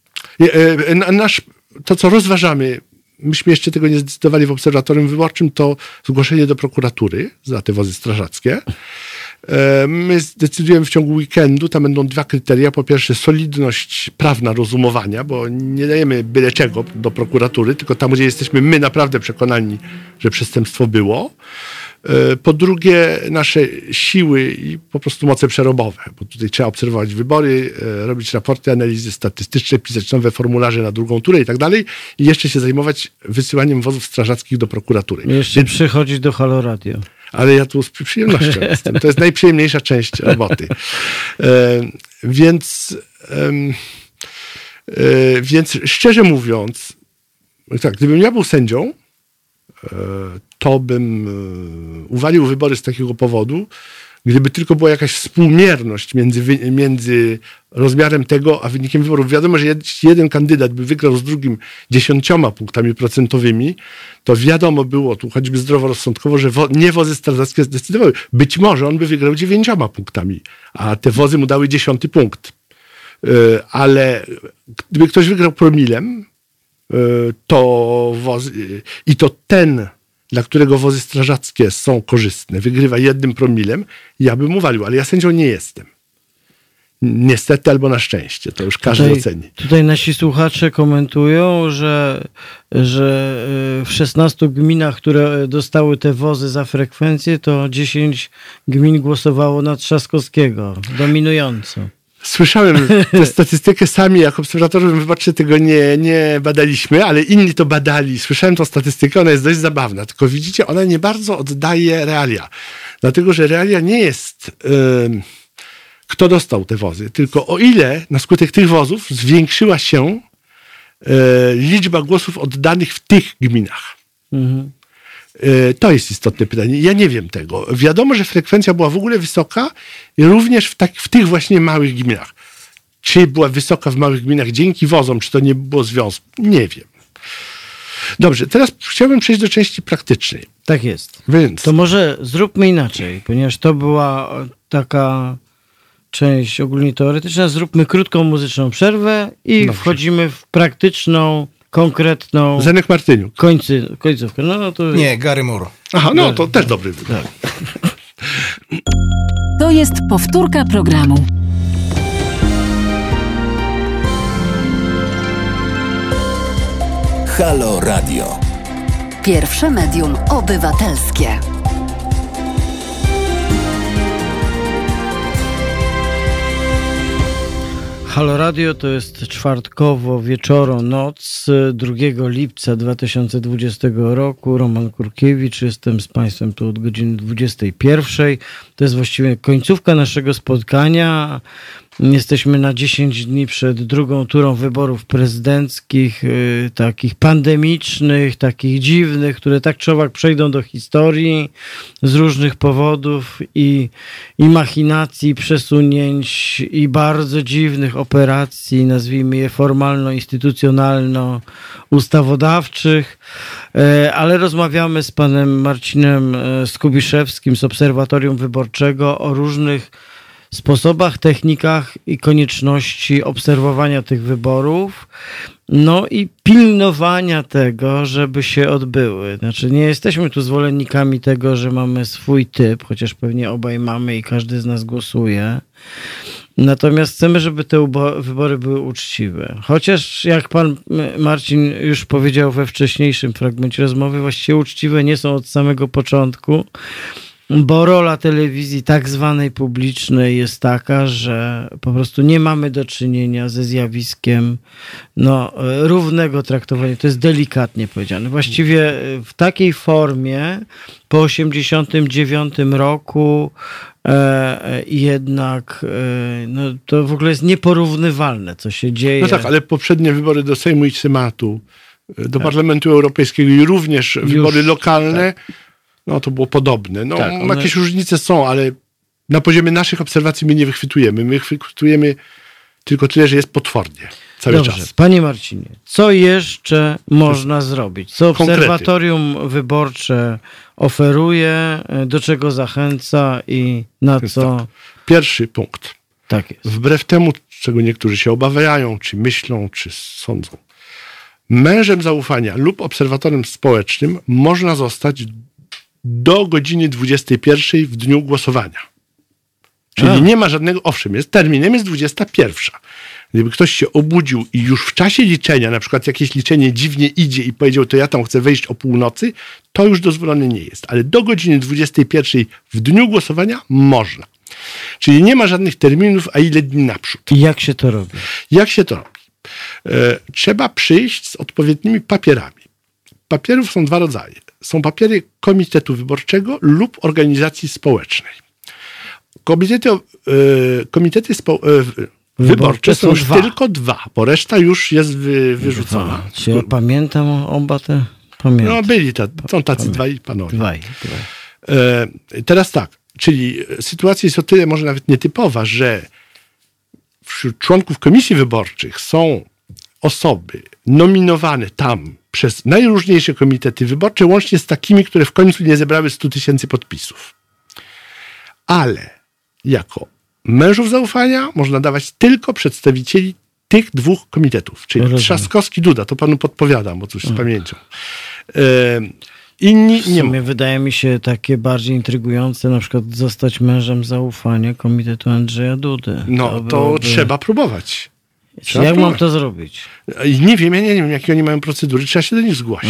to co rozważamy, myśmy jeszcze tego nie zdecydowali w obserwatorium wyborczym, to zgłoszenie do prokuratury za te wozy strażackie. My zdecydujemy w ciągu weekendu, tam będą 2 kryteria. Po pierwsze solidność prawna rozumowania, bo nie dajemy byle czego do prokuratury, tylko tam, gdzie jesteśmy my naprawdę przekonani, że przestępstwo było. Po drugie nasze siły i po prostu moce przerobowe, bo tutaj trzeba obserwować wybory, robić raporty, analizy statystyczne, pisać nowe formularze na drugą turę i tak dalej i jeszcze się zajmować wysyłaniem wozów strażackich do prokuratury. Jeszcze przychodzić do Halo Radio. Ale ja tu z przyjemnością jestem. To jest najprzyjemniejsza część roboty. Więc szczerze mówiąc, tak, gdybym ja był sędzią, to bym uwalił wybory z takiego powodu, gdyby tylko była jakaś współmierność między rozmiarem tego, a wynikiem wyborów. Wiadomo, że jeden kandydat by wygrał z drugim 10 punktami procentowymi, to wiadomo było tu choćby zdroworozsądkowo, że nie wozy strażackie zdecydowały. Być może on by wygrał 9 punktami, a te wozy mu dały 10 punkt. Ale gdyby ktoś wygrał promilem, i to ten, dla którego wozy strażackie są korzystne, wygrywa 1 promilem, ja bym uwalił, ale ja sędzią nie jestem. Niestety albo na szczęście, to już każdy oceni. Tutaj nasi słuchacze komentują, że w 16 gminach, które dostały te wozy za frekwencję, to 10 gmin głosowało na Trzaskowskiego, dominująco. Słyszałem tę statystykę, sami jako obserwatorzy wyborczy tego nie badaliśmy, ale inni to badali. Słyszałem tę statystykę, ona jest dość zabawna, tylko widzicie, ona nie bardzo oddaje realia. Dlatego, że realia nie jest kto dostał te wozy, tylko o ile na skutek tych wozów zwiększyła się liczba głosów oddanych w tych gminach. Mhm. To jest istotne pytanie. Ja nie wiem tego. Wiadomo, że frekwencja była w ogóle wysoka również w tych właśnie małych gminach. Czy była wysoka w małych gminach dzięki wozom, czy to nie było związku? Nie wiem. Dobrze, teraz chciałbym przejść do części praktycznej. Tak jest. Więc to może zróbmy inaczej, ponieważ to była taka część ogólnie teoretyczna. Zróbmy krótką muzyczną przerwę i wchodzimy w praktyczną, konkretną... Zenek Martyniuk. Końcówkę. No, to... Nie, Gary Moore. Aha, no to też dobry wybór. Tak. To jest powtórka programu. Halo Radio. Pierwsze medium obywatelskie. Halo Radio to jest czwartkowo noc 2 lipca 2020 roku. Roman Kurkiewicz, jestem z Państwem tu od godziny 21. To jest właściwie końcówka naszego spotkania. Jesteśmy na 10 dni przed drugą turą wyborów prezydenckich, takich pandemicznych, takich dziwnych, które tak czy owak przejdą do historii z różnych powodów i machinacji, przesunięć i bardzo dziwnych operacji, nazwijmy je formalno-instytucjonalno-ustawodawczych, ale rozmawiamy z panem Marcinem Skubiszewskim z Obserwatorium Wyborczego o różnych sposobach, technikach i konieczności obserwowania tych wyborów, no i pilnowania tego, żeby się odbyły. Znaczy nie jesteśmy tu zwolennikami tego, że mamy swój typ, chociaż pewnie obaj mamy i każdy z nas głosuje. Natomiast chcemy, żeby te wybory były uczciwe. Chociaż jak pan Marcin już powiedział we wcześniejszym fragmencie rozmowy, właściwie uczciwe nie są od samego początku, bo rola telewizji tak zwanej publicznej jest taka, że po prostu nie mamy do czynienia ze zjawiskiem równego traktowania. To jest delikatnie powiedziane. Właściwie w takiej formie po 1989 roku jednak to w ogóle jest nieporównywalne, co się dzieje. No tak, ale poprzednie wybory do Sejmu i Senatu, do Parlamentu Europejskiego i również wybory lokalne, no to było podobne. No, tak, jakieś różnice są, ale na poziomie naszych obserwacji my nie wychwytujemy. My wychwytujemy tylko tyle, że jest potwornie cały czas. Panie Marcinie, co jeszcze można zrobić? Co Obserwatorium Wyborcze oferuje, do czego zachęca i na co... Tak. Pierwszy punkt. Tak jest. Wbrew temu, czego niektórzy się obawiają, czy myślą, czy sądzą. Mężem zaufania lub obserwatorem społecznym można zostać do godziny 21 w dniu głosowania. Czyli nie ma żadnego, owszem, terminem jest 21. Gdyby ktoś się obudził i już w czasie liczenia, na przykład jakieś liczenie dziwnie idzie i powiedział, to ja tam chcę wejść o północy, to już dozwolone nie jest. Ale do godziny 21 w dniu głosowania można. Czyli nie ma żadnych terminów, a ile dni naprzód. I jak się to robi? Jak się to robi? Trzeba przyjść z odpowiednimi papierami. Papierów są dwa rodzaje. Są papiery Komitetu Wyborczego lub organizacji społecznej. Komitety wyborcze są już tylko dwa, bo reszta już jest wyrzucona. Czy ja pamiętam oba te? Pamiętam. No byli, są tacy dwaj panowie. Dwaj. Teraz tak, czyli sytuacja jest o tyle może nawet nietypowa, że wśród członków komisji wyborczych są osoby nominowane tam przez najróżniejsze komitety wyborcze, łącznie z takimi, które w końcu nie zebrały 100 000 podpisów. Ale jako mężów zaufania można dawać tylko przedstawicieli tych dwóch komitetów, czyli Trzaskowski, Duda, to panu podpowiadam, bo cóż z pamięcią. Inni W nie sumie mogą. wydaje mi się takie bardziej intrygujące, na przykład zostać mężem zaufania Komitetu Andrzeja Dudy. No, to byłoby... trzeba próbować. Trzeba Jak mam próbować. to zrobić? I nie wiem, ja nie wiem, jakie oni mają procedury. Trzeba się do nich zgłosić.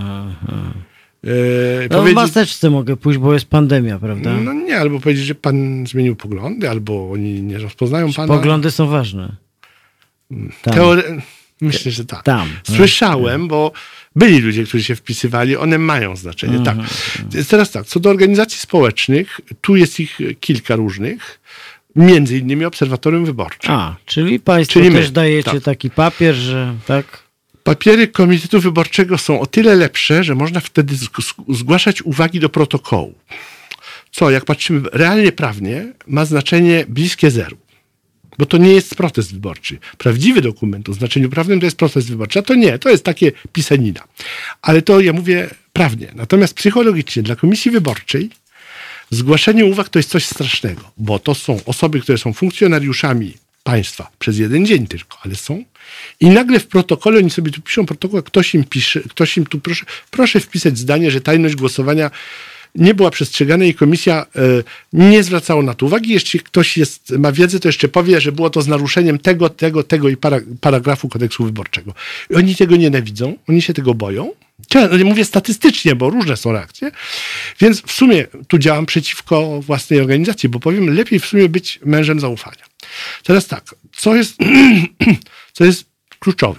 No w maseczce mogę pójść, bo jest pandemia, prawda? No nie, albo powiedzieć, że pan zmienił poglądy, albo oni nie rozpoznają pana. Poglądy są ważne. Tam. Myślę, że tak. Tam. Słyszałem, bo byli ludzie, którzy się wpisywali, one mają znaczenie. Tak. Teraz tak, co do organizacji społecznych, tu jest ich kilka różnych, między innymi Obserwatorium Wyborczym. Czyli państwo Czyli my, też dajecie tak. taki papier, że tak? Papiery Komitetu Wyborczego są o tyle lepsze, że można wtedy zgłaszać uwagi do protokołu. Co, jak patrzymy realnie prawnie, ma znaczenie bliskie zeru. Bo to nie jest protest wyborczy. Prawdziwy dokument o znaczeniu prawnym to jest protest wyborczy, a to nie, to jest takie pisanina. Ale to ja mówię prawnie. Natomiast psychologicznie dla Komisji Wyborczej zgłaszanie uwag to jest coś strasznego, bo to są osoby, które są funkcjonariuszami państwa przez jeden dzień tylko, ale są. I nagle w protokole, oni sobie tu piszą protokół, a ktoś im pisze, ktoś im tu proszę wpisać zdanie, że tajność głosowania nie była przestrzegana i komisja nie zwracała na to uwagi. Jeśli ktoś ma wiedzę, to jeszcze powie, że było to z naruszeniem tego i paragrafu kodeksu wyborczego. I oni tego nienawidzą, oni się tego boją. Mówię statystycznie, bo różne są reakcje. Więc w sumie tu działam przeciwko własnej organizacji, bo powiem, lepiej w sumie być mężem zaufania. Teraz tak, co jest kluczowe?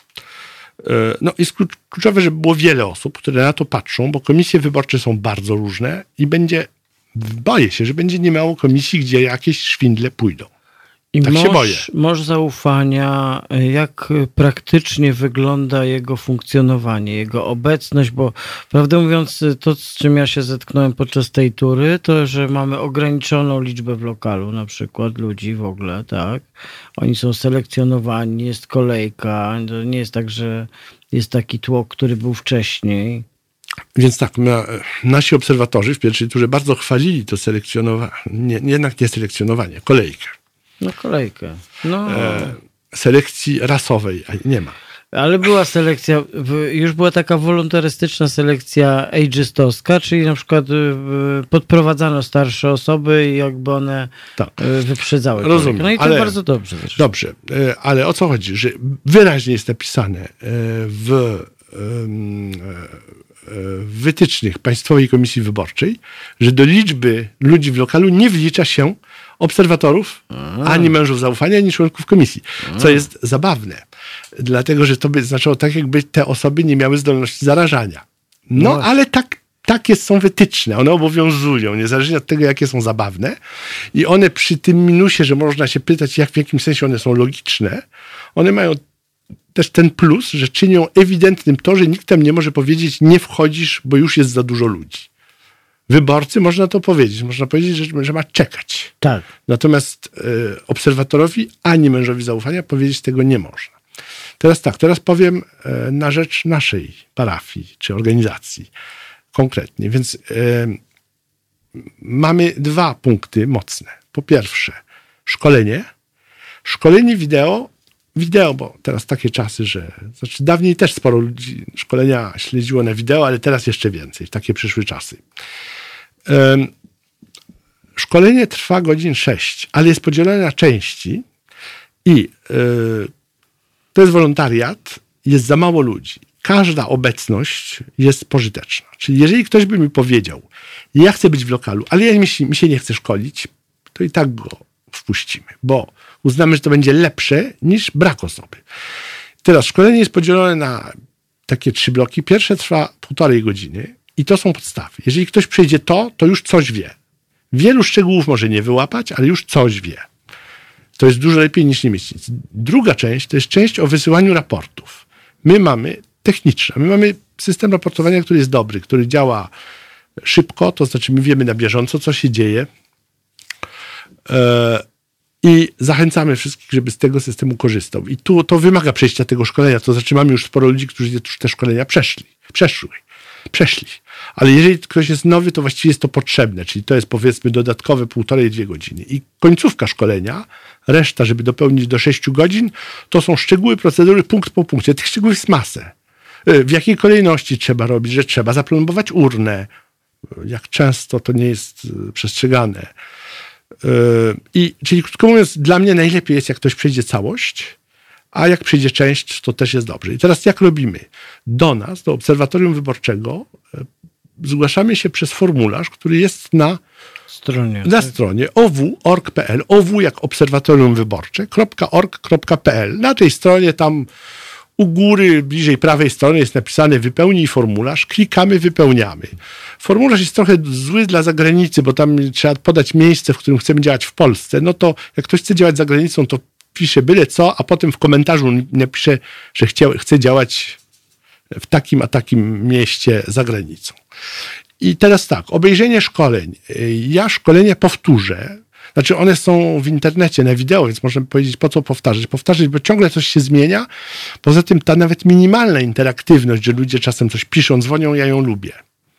No jest kluczowe, żeby było wiele osób, które na to patrzą, bo komisje wyborcze są bardzo różne i boję się, że będzie niemało komisji, gdzie jakieś szwindle pójdą. I tak się boję. Mąż zaufania, jak praktycznie wygląda jego funkcjonowanie, jego obecność, bo prawdę mówiąc, to z czym ja się zetknąłem podczas tej tury, to, że mamy ograniczoną liczbę w lokalu, na przykład ludzi w ogóle, tak? Oni są selekcjonowani, jest kolejka, to nie jest tak, że jest taki tłok, który był wcześniej. Więc tak, nasi obserwatorzy w pierwszej turze bardzo chwalili to selekcjonowanie, jednak nie selekcjonowanie, kolejkę. No kolejkę. No. Selekcji rasowej nie ma. Ale była selekcja, już była taka wolontarystyczna selekcja ageistowska, czyli na przykład podprowadzano starsze osoby i jakby one wyprzedzały. Rozumiem. No i to ale, bardzo dobrze. Zresztą. Dobrze, ale o co chodzi? Że wyraźnie jest napisane w wytycznych Państwowej Komisji Wyborczej, że do liczby ludzi w lokalu nie wlicza się obserwatorów, ani mężów zaufania, ani członków komisji. Co jest zabawne, dlatego że to by znaczyło tak, jakby te osoby nie miały zdolności zarażania. No, ale takie są wytyczne, one obowiązują, niezależnie od tego, jakie są zabawne. I one przy tym minusie, że można się pytać, w jakim sensie one są logiczne, one mają też ten plus, że czynią ewidentnym to, że nikt tam nie może powiedzieć, nie wchodzisz, bo już jest za dużo ludzi. Wyborcy można to powiedzieć. Można powiedzieć, że ma czekać. Tak. Natomiast obserwatorowi ani mężowi zaufania powiedzieć tego nie można. Teraz powiem na rzecz naszej parafii czy organizacji konkretnie. Więc mamy 2 punkty mocne. Po pierwsze, szkolenie wideo, bo teraz takie czasy, znaczy dawniej też sporo ludzi szkolenia śledziło na wideo, ale teraz jeszcze więcej, takie przyszły czasy. Szkolenie trwa godzin 6, ale jest podzielone na części i to jest wolontariat, jest za mało ludzi. Każda obecność jest pożyteczna. Czyli jeżeli ktoś by mi powiedział, ja chcę być w lokalu, ale mi się nie chce szkolić, to i tak go wpuścimy, bo uznamy, że to będzie lepsze niż brak osoby. Teraz szkolenie jest podzielone na takie 3 bloki. Pierwsze trwa 1,5 godziny i to są podstawy. Jeżeli ktoś przejdzie to już coś wie. Wielu szczegółów może nie wyłapać, ale już coś wie. To jest dużo lepiej niż nie mieć nic. Druga część to jest część o wysyłaniu raportów. My mamy system raportowania, który jest dobry, który działa szybko, to znaczy my wiemy na bieżąco, co się dzieje. I zachęcamy wszystkich, żeby z tego systemu korzystał. I tu to wymaga przejścia tego szkolenia. To znaczy mamy już sporo ludzi, którzy już te szkolenia przeszli. Ale jeżeli ktoś jest nowy, to właściwie jest to potrzebne. Czyli to jest powiedzmy dodatkowe 1,5-2 godziny. I końcówka szkolenia, reszta, żeby dopełnić do 6 godzin, to są szczegóły procedury punkt po punkcie. Tych szczegółów jest masę. w jakiej kolejności trzeba robić, że trzeba zaplombować urnę, jak często to nie jest przestrzegane. Czyli krótko mówiąc, dla mnie najlepiej jest, jak ktoś przejdzie całość, a jak przyjdzie część, to też jest dobrze. I teraz jak robimy? Do nas, do Obserwatorium Wyborczego zgłaszamy się przez formularz, który jest na stronie ow.org.pl, ow jak Obserwatorium Wyborcze, .org.pl. Na tej stronie tam u góry, bliżej prawej strony jest napisane wypełnij formularz, klikamy, wypełniamy. Formularz jest trochę zły dla zagranicy, bo tam trzeba podać miejsce, w którym chcemy działać w Polsce. No to jak ktoś chce działać za granicą, to pisze byle co, a potem w komentarzu napisze, że chce działać w takim a takim mieście za granicą. I teraz tak, obejrzenie szkoleń. Ja szkolenia powtórzę. Znaczy one są w internecie, na wideo, więc można powiedzieć, po co powtarzać. Powtarzać, bo ciągle coś się zmienia. Poza tym ta nawet minimalna interaktywność, że ludzie czasem coś piszą, dzwonią, ja ją lubię.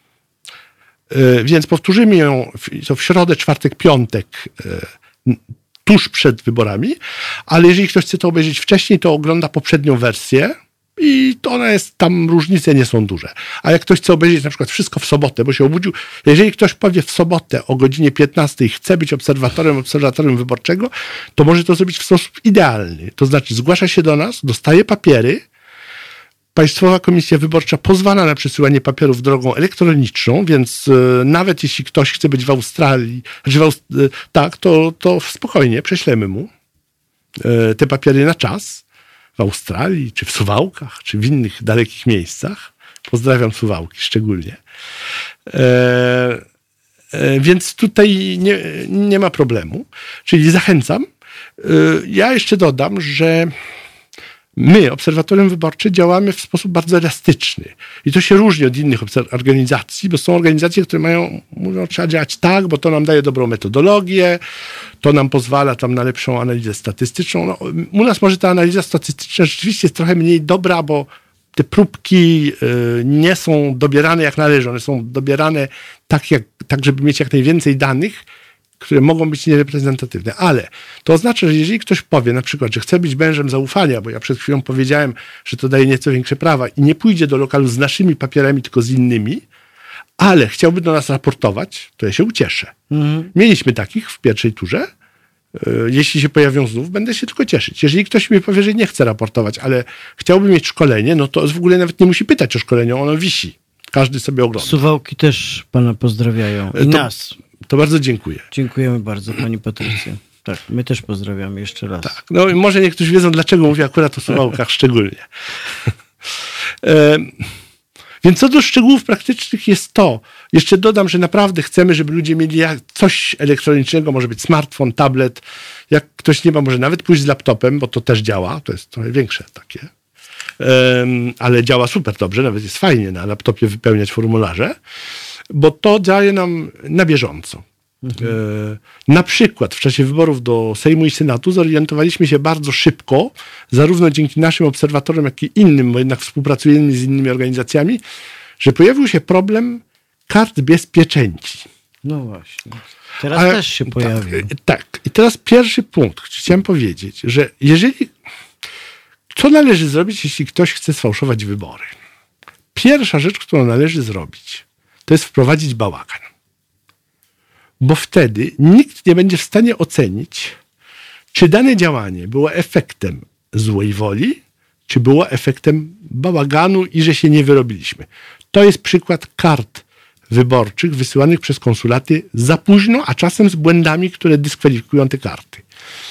Więc powtórzymy ją w środę, czwartek, piątek, tuż przed wyborami, ale jeżeli ktoś chce to obejrzeć wcześniej, to ogląda poprzednią wersję i to ona jest, tam różnice nie są duże. A jak ktoś chce obejrzeć na przykład wszystko w sobotę, bo się obudził, jeżeli ktoś powie w sobotę o godzinie 15 chce być obserwatorem wyborczego, to może to zrobić w sposób idealny. To znaczy zgłasza się do nas, dostaje papiery, Państwowa Komisja Wyborcza pozwala na przesyłanie papierów drogą elektroniczną, więc nawet jeśli ktoś chce być w Australii, tak, to spokojnie prześlemy mu te papiery na czas w Australii, czy w Suwałkach, czy w innych dalekich miejscach. Pozdrawiam Suwałki szczególnie. Więc tutaj nie ma problemu. Czyli zachęcam. Ja jeszcze dodam, że my, Obserwatorium Wyborcze, działamy w sposób bardzo elastyczny. I to się różni od innych organizacji, bo są organizacje, które mówią, trzeba działać tak, bo to nam daje dobrą metodologię, to nam pozwala tam na lepszą analizę statystyczną. No, u nas może ta analiza statystyczna rzeczywiście jest trochę mniej dobra, bo te próbki nie są dobierane jak należy. One są dobierane tak, żeby mieć jak najwięcej danych, które mogą być niereprezentatywne. Ale to oznacza, że jeżeli ktoś powie na przykład, że chce być mężem zaufania, bo ja przed chwilą powiedziałem, że to daje nieco większe prawa i nie pójdzie do lokalu z naszymi papierami, tylko z innymi, ale chciałby do nas raportować, to ja się ucieszę. Mieliśmy takich w pierwszej turze. Jeśli się pojawią znów, będę się tylko cieszyć. Jeżeli ktoś mi powie, że nie chce raportować, ale chciałby mieć szkolenie, no to w ogóle nawet nie musi pytać o szkolenie, ono wisi. Każdy sobie ogląda. Suwałki też pana pozdrawiają. I nas. To bardzo dziękuję. Dziękujemy bardzo, pani Patrycja. Tak, my też pozdrawiamy jeszcze raz. Tak, no i może niektórzy wiedzą, dlaczego mówię akurat o Suwałkach szczególnie. Więc co do szczegółów praktycznych jest to. Jeszcze dodam, że naprawdę chcemy, żeby ludzie mieli coś elektronicznego, może być smartfon, tablet. Jak ktoś nie ma, może nawet pójść z laptopem, bo to też działa. To jest trochę większe takie. Ale działa super dobrze, nawet jest fajnie na laptopie wypełniać formularze, bo to daje nam na bieżąco. Na przykład w czasie wyborów do Sejmu i Senatu zorientowaliśmy się bardzo szybko, zarówno dzięki naszym obserwatorom, jak i innym, bo jednak współpracujemy z innymi organizacjami, że pojawił się problem kart bez pieczęci. No właśnie. Teraz też się pojawił. Tak. I teraz pierwszy punkt. Chciałem powiedzieć, że co należy zrobić, jeśli ktoś chce sfałszować wybory? Pierwsza rzecz, którą należy zrobić, to jest wprowadzić bałagan. Bo wtedy nikt nie będzie w stanie ocenić, czy dane działanie było efektem złej woli, czy było efektem bałaganu i że się nie wyrobiliśmy. To jest przykład kart wyborczych wysyłanych przez konsulaty za późno, a czasem z błędami, które dyskwalifikują te karty.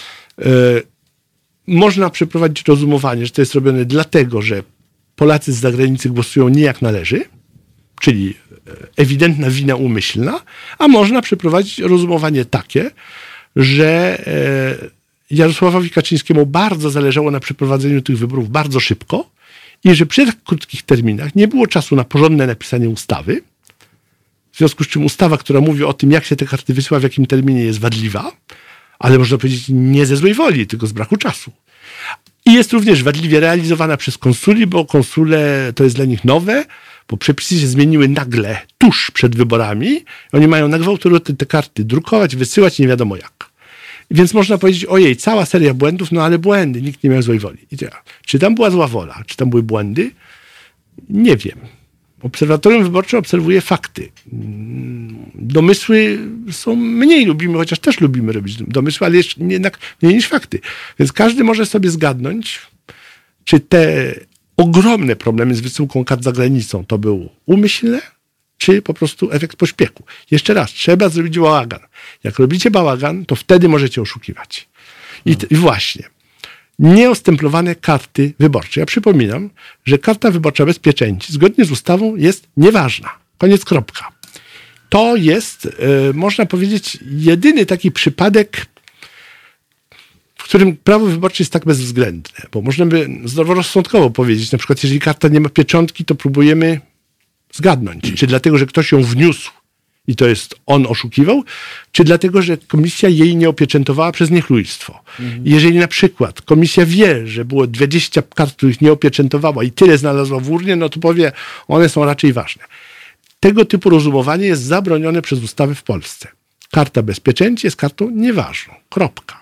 Można przeprowadzić rozumowanie, że to jest robione dlatego, że Polacy z zagranicy głosują nie jak należy, czyli ewidentna wina umyślna, a można przeprowadzić rozumowanie takie, że Jarosławowi Kaczyńskiemu bardzo zależało na przeprowadzeniu tych wyborów bardzo szybko i że przy tak krótkich terminach nie było czasu na porządne napisanie ustawy, w związku z czym ustawa, która mówi o tym, jak się te karty wysyła, w jakim terminie, jest wadliwa, ale można powiedzieć nie ze złej woli, tylko z braku czasu. I jest również wadliwie realizowana przez konsuli, bo konsule to jest dla nich nowe, bo przepisy się zmieniły nagle, tuż przed wyborami. Oni mają na gwałt te karty drukować, wysyłać nie wiadomo jak. Więc można powiedzieć, ojej, cała seria błędów, no ale błędy, nikt nie miał złej woli. I czy tam była zła wola, czy tam były błędy? Nie wiem. Obserwatorium wyborcze obserwuje fakty. Domysły są mniej lubimy, chociaż też lubimy robić domysły, ale jeszcze jednak mniej niż fakty. Więc każdy może sobie zgadnąć, czy te ogromne problemy z wysyłką kart za granicą to było umyślne, czy po prostu efekt pośpiechu. Jeszcze raz, trzeba zrobić bałagan. Jak robicie bałagan, to wtedy możecie oszukiwać. I właśnie, nieostemplowane karty wyborcze. Ja przypominam, że karta wyborcza bez pieczęci zgodnie z ustawą jest nieważna. Koniec, kropka. To jest, można powiedzieć, jedyny taki przypadek, w którym prawo wyborcze jest tak bezwzględne. Bo można by zdroworozsądkowo powiedzieć, na przykład jeżeli karta nie ma pieczątki, to próbujemy zgadnąć. Czy dlatego, że ktoś ją wniósł i to jest on oszukiwał, czy dlatego, że komisja jej nie opieczętowała przez niechlujstwo. Jeżeli na przykład komisja wie, że było 20 kart, których nie opieczętowała i tyle znalazła w urnie, no to powie, one są raczej ważne. Tego typu rozumowanie jest zabronione przez ustawy w Polsce. Karta bez pieczęci jest kartą nieważną. Kropka.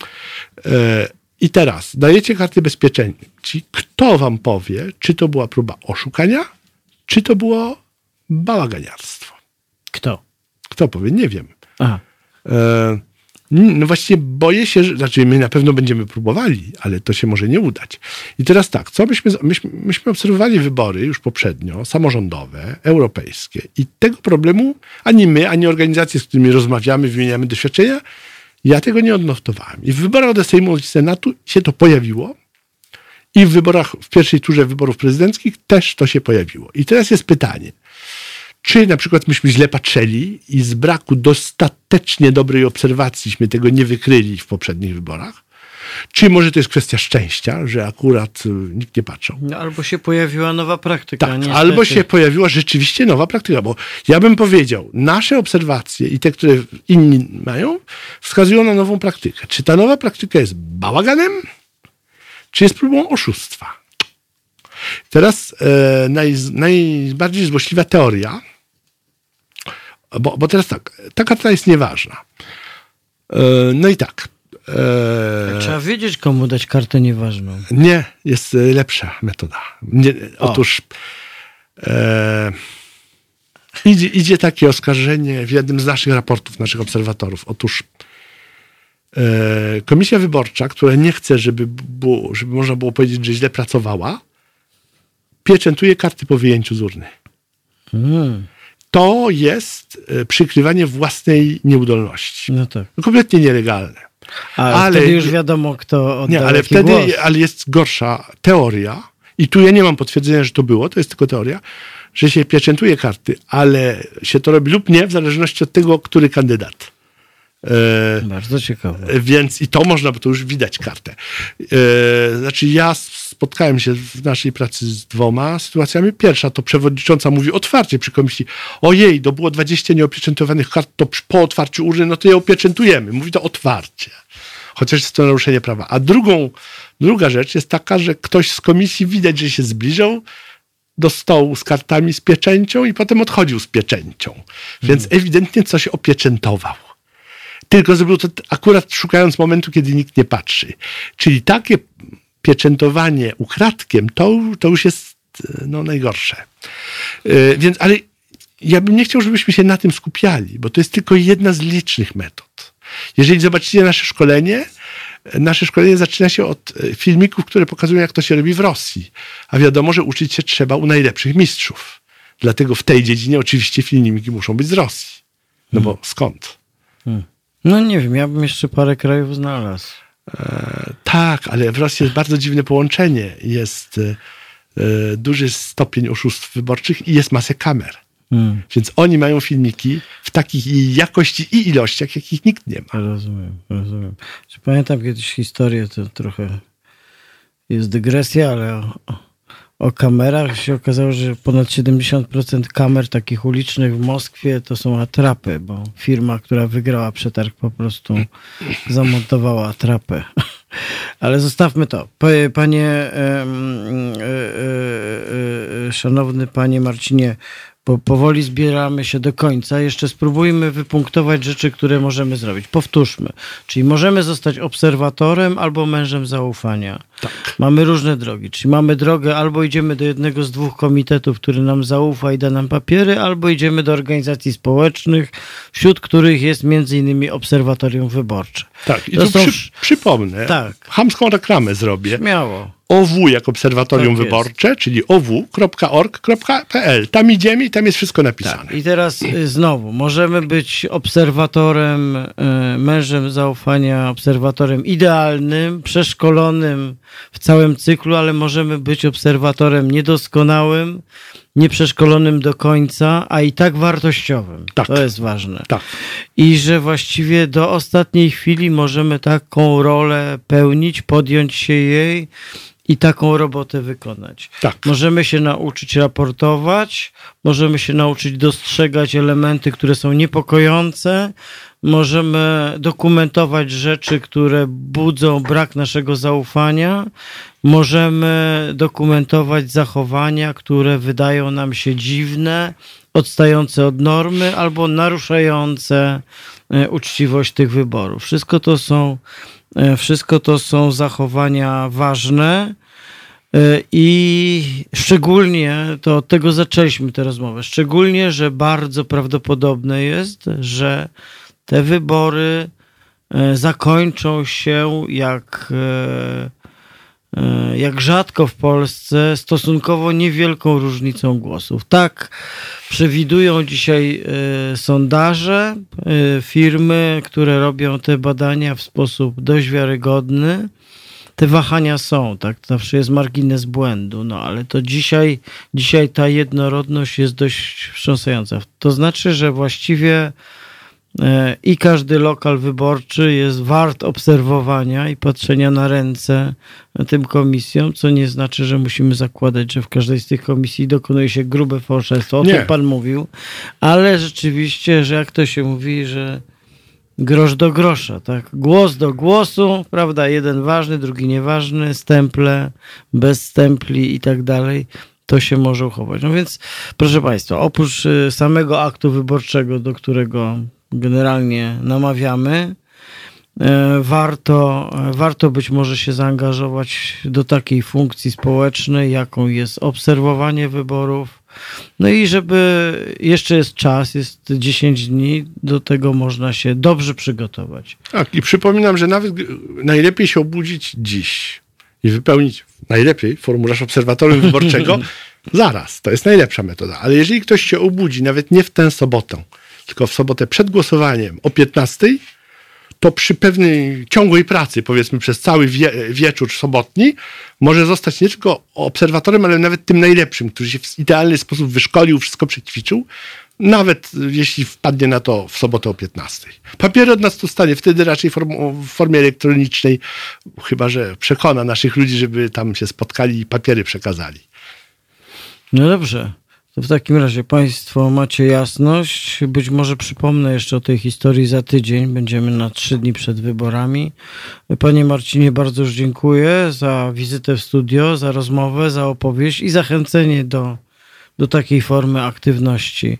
I teraz dajecie karty bez pieczęci. Kto wam powie, czy to była próba oszukania, czy to było bałaganiarstwo? Kto powie? Nie wiem. Aha. No właśnie boję się, że znaczy my na pewno będziemy próbowali, ale to się może nie udać. I teraz tak, co myśmy obserwowali wybory już poprzednio, samorządowe, europejskie i tego problemu ani my, ani organizacje, z którymi rozmawiamy, wymieniamy doświadczenia, ja tego nie odnotowałem. I w wyborach do Sejmu i Senatu się to pojawiło i w wyborach, w pierwszej turze wyborów prezydenckich też to się pojawiło. I teraz jest pytanie, czy na przykład myśmy źle patrzyli i z braku dostatecznie dobrej obserwacjiśmy tego nie wykryli w poprzednich wyborach? Czy może to jest kwestia szczęścia, że akurat nikt nie patrzył? No, albo się pojawiła nowa praktyka. Tak, niestety. albo się pojawiła rzeczywiście nowa praktyka, bo ja bym powiedział, nasze obserwacje i te, które inni mają, wskazują na nową praktykę. Czy ta nowa praktyka jest bałaganem, czy jest próbą oszustwa? Teraz najbardziej złośliwa teoria, bo teraz tak, ta karta jest nieważna. No i tak. Trzeba wiedzieć, komu dać kartę nieważną. Nie, jest lepsza metoda. Otóż idzie takie oskarżenie w jednym z naszych raportów, naszych obserwatorów. Otóż komisja wyborcza, która nie chce, żeby można było powiedzieć, że źle pracowała, pieczętuje karty po wyjęciu z urny. To jest przykrywanie własnej nieudolności. No tak. Kompletnie nielegalne. Ale wtedy już wiadomo, kto oddał nie, ale jaki wtedy, głos. ale jest gorsza teoria i tu ja nie mam potwierdzenia, że to było, to jest tylko teoria, że się pieczętuje karty, ale się to robi lub nie, w zależności od tego, który kandydat. Bardzo ciekawe. Więc i to można, bo to już widać kartę. Znaczy ja spotkałem się w naszej pracy z 2 sytuacjami. Pierwsza to przewodnicząca mówi otwarcie przy komisji, ojej, to było 20 nieopieczętowanych kart, to po otwarciu urny, no to je opieczętujemy. Mówi to otwarcie. Chociaż jest to naruszenie prawa. A druga rzecz jest taka, że ktoś z komisji widać, że się zbliżał do stołu z kartami z pieczęcią i potem odchodził z pieczęcią. Więc ewidentnie coś opieczętował. Tylko zrobił to akurat szukając momentu, kiedy nikt nie patrzy. Czyli takie pieczętowanie ukradkiem, to już jest najgorsze. Więc, ale ja bym nie chciał, żebyśmy się na tym skupiali, bo to jest tylko jedna z licznych metod. Jeżeli zobaczycie nasze szkolenie zaczyna się od filmików, które pokazują, jak to się robi w Rosji. A wiadomo, że uczyć się trzeba u najlepszych mistrzów. Dlatego w tej dziedzinie oczywiście filmiki muszą być z Rosji. No bo skąd? No nie wiem, ja bym jeszcze parę krajów znalazł. Tak, ale w Rosji jest bardzo dziwne połączenie. Jest duży stopień oszustw wyborczych i jest masę kamer. Więc oni mają filmiki w takiej jakości i ilościach, jakich nikt nie ma. Rozumiem. Pamiętam kiedyś historię, to trochę jest dygresja, ale o kamerach się okazało, że ponad 70% kamer takich ulicznych w Moskwie to są atrapy, bo firma, która wygrała przetarg, po prostu zamontowała atrapę. Ale zostawmy to. Szanowny panie Marcinie, bo powoli zbieramy się do końca. Jeszcze spróbujmy wypunktować rzeczy, które możemy zrobić. Powtórzmy. Czyli możemy zostać obserwatorem albo mężem zaufania. Tak. Mamy różne drogi. Czyli mamy drogę, albo idziemy do jednego z 2 komitetów, który nam zaufa i da nam papiery, albo idziemy do organizacji społecznych, wśród których jest między innymi obserwatorium wyborcze. Tak, i To tu są przypomnę, Tak. chamską reklamę zrobię. Śmiało. OW jak Obserwatorium Tak jest. Wyborcze, czyli ow.org.pl. Tam idziemy i tam jest wszystko napisane. Tak. I teraz znowu, możemy być obserwatorem, mężem zaufania, obserwatorem idealnym, przeszkolonym w całym cyklu, ale możemy być obserwatorem niedoskonałym, nieprzeszkolonym do końca, a i tak wartościowym. Tak. To jest ważne. Tak. I że właściwie do ostatniej chwili możemy taką rolę pełnić, podjąć się jej i taką robotę wykonać. Tak. Możemy się nauczyć raportować, możemy się nauczyć dostrzegać elementy, które są niepokojące, możemy dokumentować rzeczy, które budzą brak naszego zaufania, możemy dokumentować zachowania, które wydają nam się dziwne, odstające od normy albo naruszające uczciwość tych wyborów. Wszystko to są zachowania ważne i szczególnie, to od tego zaczęliśmy tę rozmowę, szczególnie, że bardzo prawdopodobne jest, że te wybory zakończą się jak rzadko w Polsce stosunkowo niewielką różnicą głosów. Tak przewidują dzisiaj sondaże, firmy, które robią te badania w sposób dość wiarygodny. Te wahania są, tak? Zawsze jest margines błędu, no ale to dzisiaj ta jednorodność jest dość wstrząsająca. To znaczy, że właściwie i każdy lokal wyborczy jest wart obserwowania i patrzenia na ręce tym komisjom, co nie znaczy, że musimy zakładać, że w każdej z tych komisji dokonuje się grube fałszerstwo. O tym pan mówił, ale rzeczywiście, że jak to się mówi, że grosz do grosza, tak? Głos do głosu, prawda? Jeden ważny, drugi nieważny, stemple, bez stempli i tak dalej. To się może uchować. No więc, proszę Państwa, oprócz samego aktu wyborczego, do którego generalnie namawiamy, warto być może się zaangażować do takiej funkcji społecznej, jaką jest obserwowanie wyborów. No i żeby jeszcze jest czas, jest 10 dni, do tego można się dobrze przygotować. Tak, i przypominam, że nawet najlepiej się obudzić dziś i wypełnić najlepiej formularz obserwatorium wyborczego zaraz. To jest najlepsza metoda. Ale jeżeli ktoś się obudzi nawet nie w tę sobotę, tylko w sobotę przed głosowaniem o 15:00, to przy pewnej ciągłej pracy, powiedzmy przez cały wieczór sobotni, może zostać nie tylko obserwatorem, ale nawet tym najlepszym, który się w idealny sposób wyszkolił, wszystko przećwiczył, nawet jeśli wpadnie na to w sobotę o 15:00. Papiery od nas dostanie, wtedy raczej w formie elektronicznej, chyba że przekona naszych ludzi, żeby tam się spotkali i papiery przekazali. No dobrze. To w takim razie Państwo macie jasność. Być może przypomnę jeszcze o tej historii za tydzień. Będziemy na 3 dni przed wyborami. Panie Marcinie, bardzo już dziękuję za wizytę w studio, za rozmowę, za opowieść i zachęcenie do takiej formy aktywności.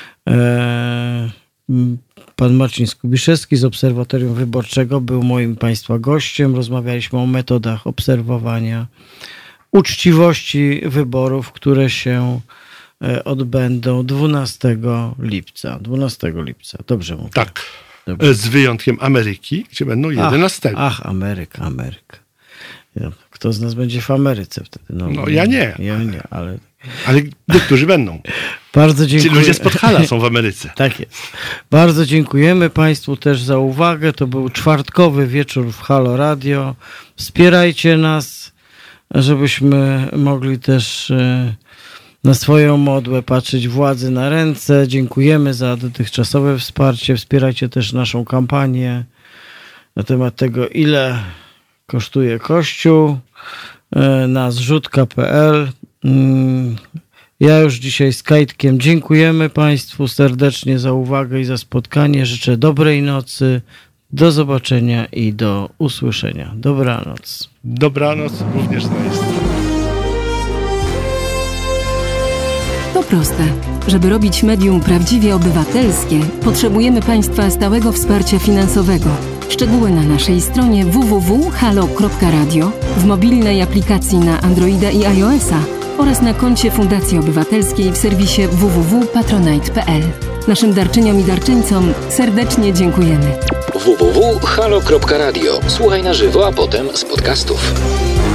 Pan Marcin Skubiszewski z Obserwatorium Wyborczego był moim Państwa gościem. Rozmawialiśmy o metodach obserwowania uczciwości wyborów, które się odbędą 12 lipca. 12 lipca, dobrze mówię. Tak, Dobrze. Z wyjątkiem Ameryki, gdzie będą 11. Ameryka. Kto z nas będzie w Ameryce wtedy? No ja nie. Ja nie, ale niektórzy będą. bardzo dziękuję. Ci ludzie z Podhala są w Ameryce. Tak jest. Bardzo dziękujemy Państwu też za uwagę. To był czwartkowy wieczór w Halo Radio. Wspierajcie nas, żebyśmy mogli też na swoją modłę patrzeć władzy na ręce. Dziękujemy za dotychczasowe wsparcie. Wspierajcie też naszą kampanię na temat tego, ile kosztuje Kościół na zrzutka.pl. Ja już dzisiaj z Kajtkiem dziękujemy Państwu serdecznie za uwagę i za spotkanie. Życzę dobrej nocy. Do zobaczenia i do usłyszenia. Dobranoc. Dobranoc również z mojej strony. To proste. Żeby robić medium prawdziwie obywatelskie, potrzebujemy Państwa stałego wsparcia finansowego. Szczegóły na naszej stronie www.halo.radio, w mobilnej aplikacji na Androida i iOS-a oraz na koncie Fundacji Obywatelskiej w serwisie www.patronite.pl. Naszym darczyniom i darczyńcom serdecznie dziękujemy. www.halo.radio. Słuchaj na żywo, a potem z podcastów.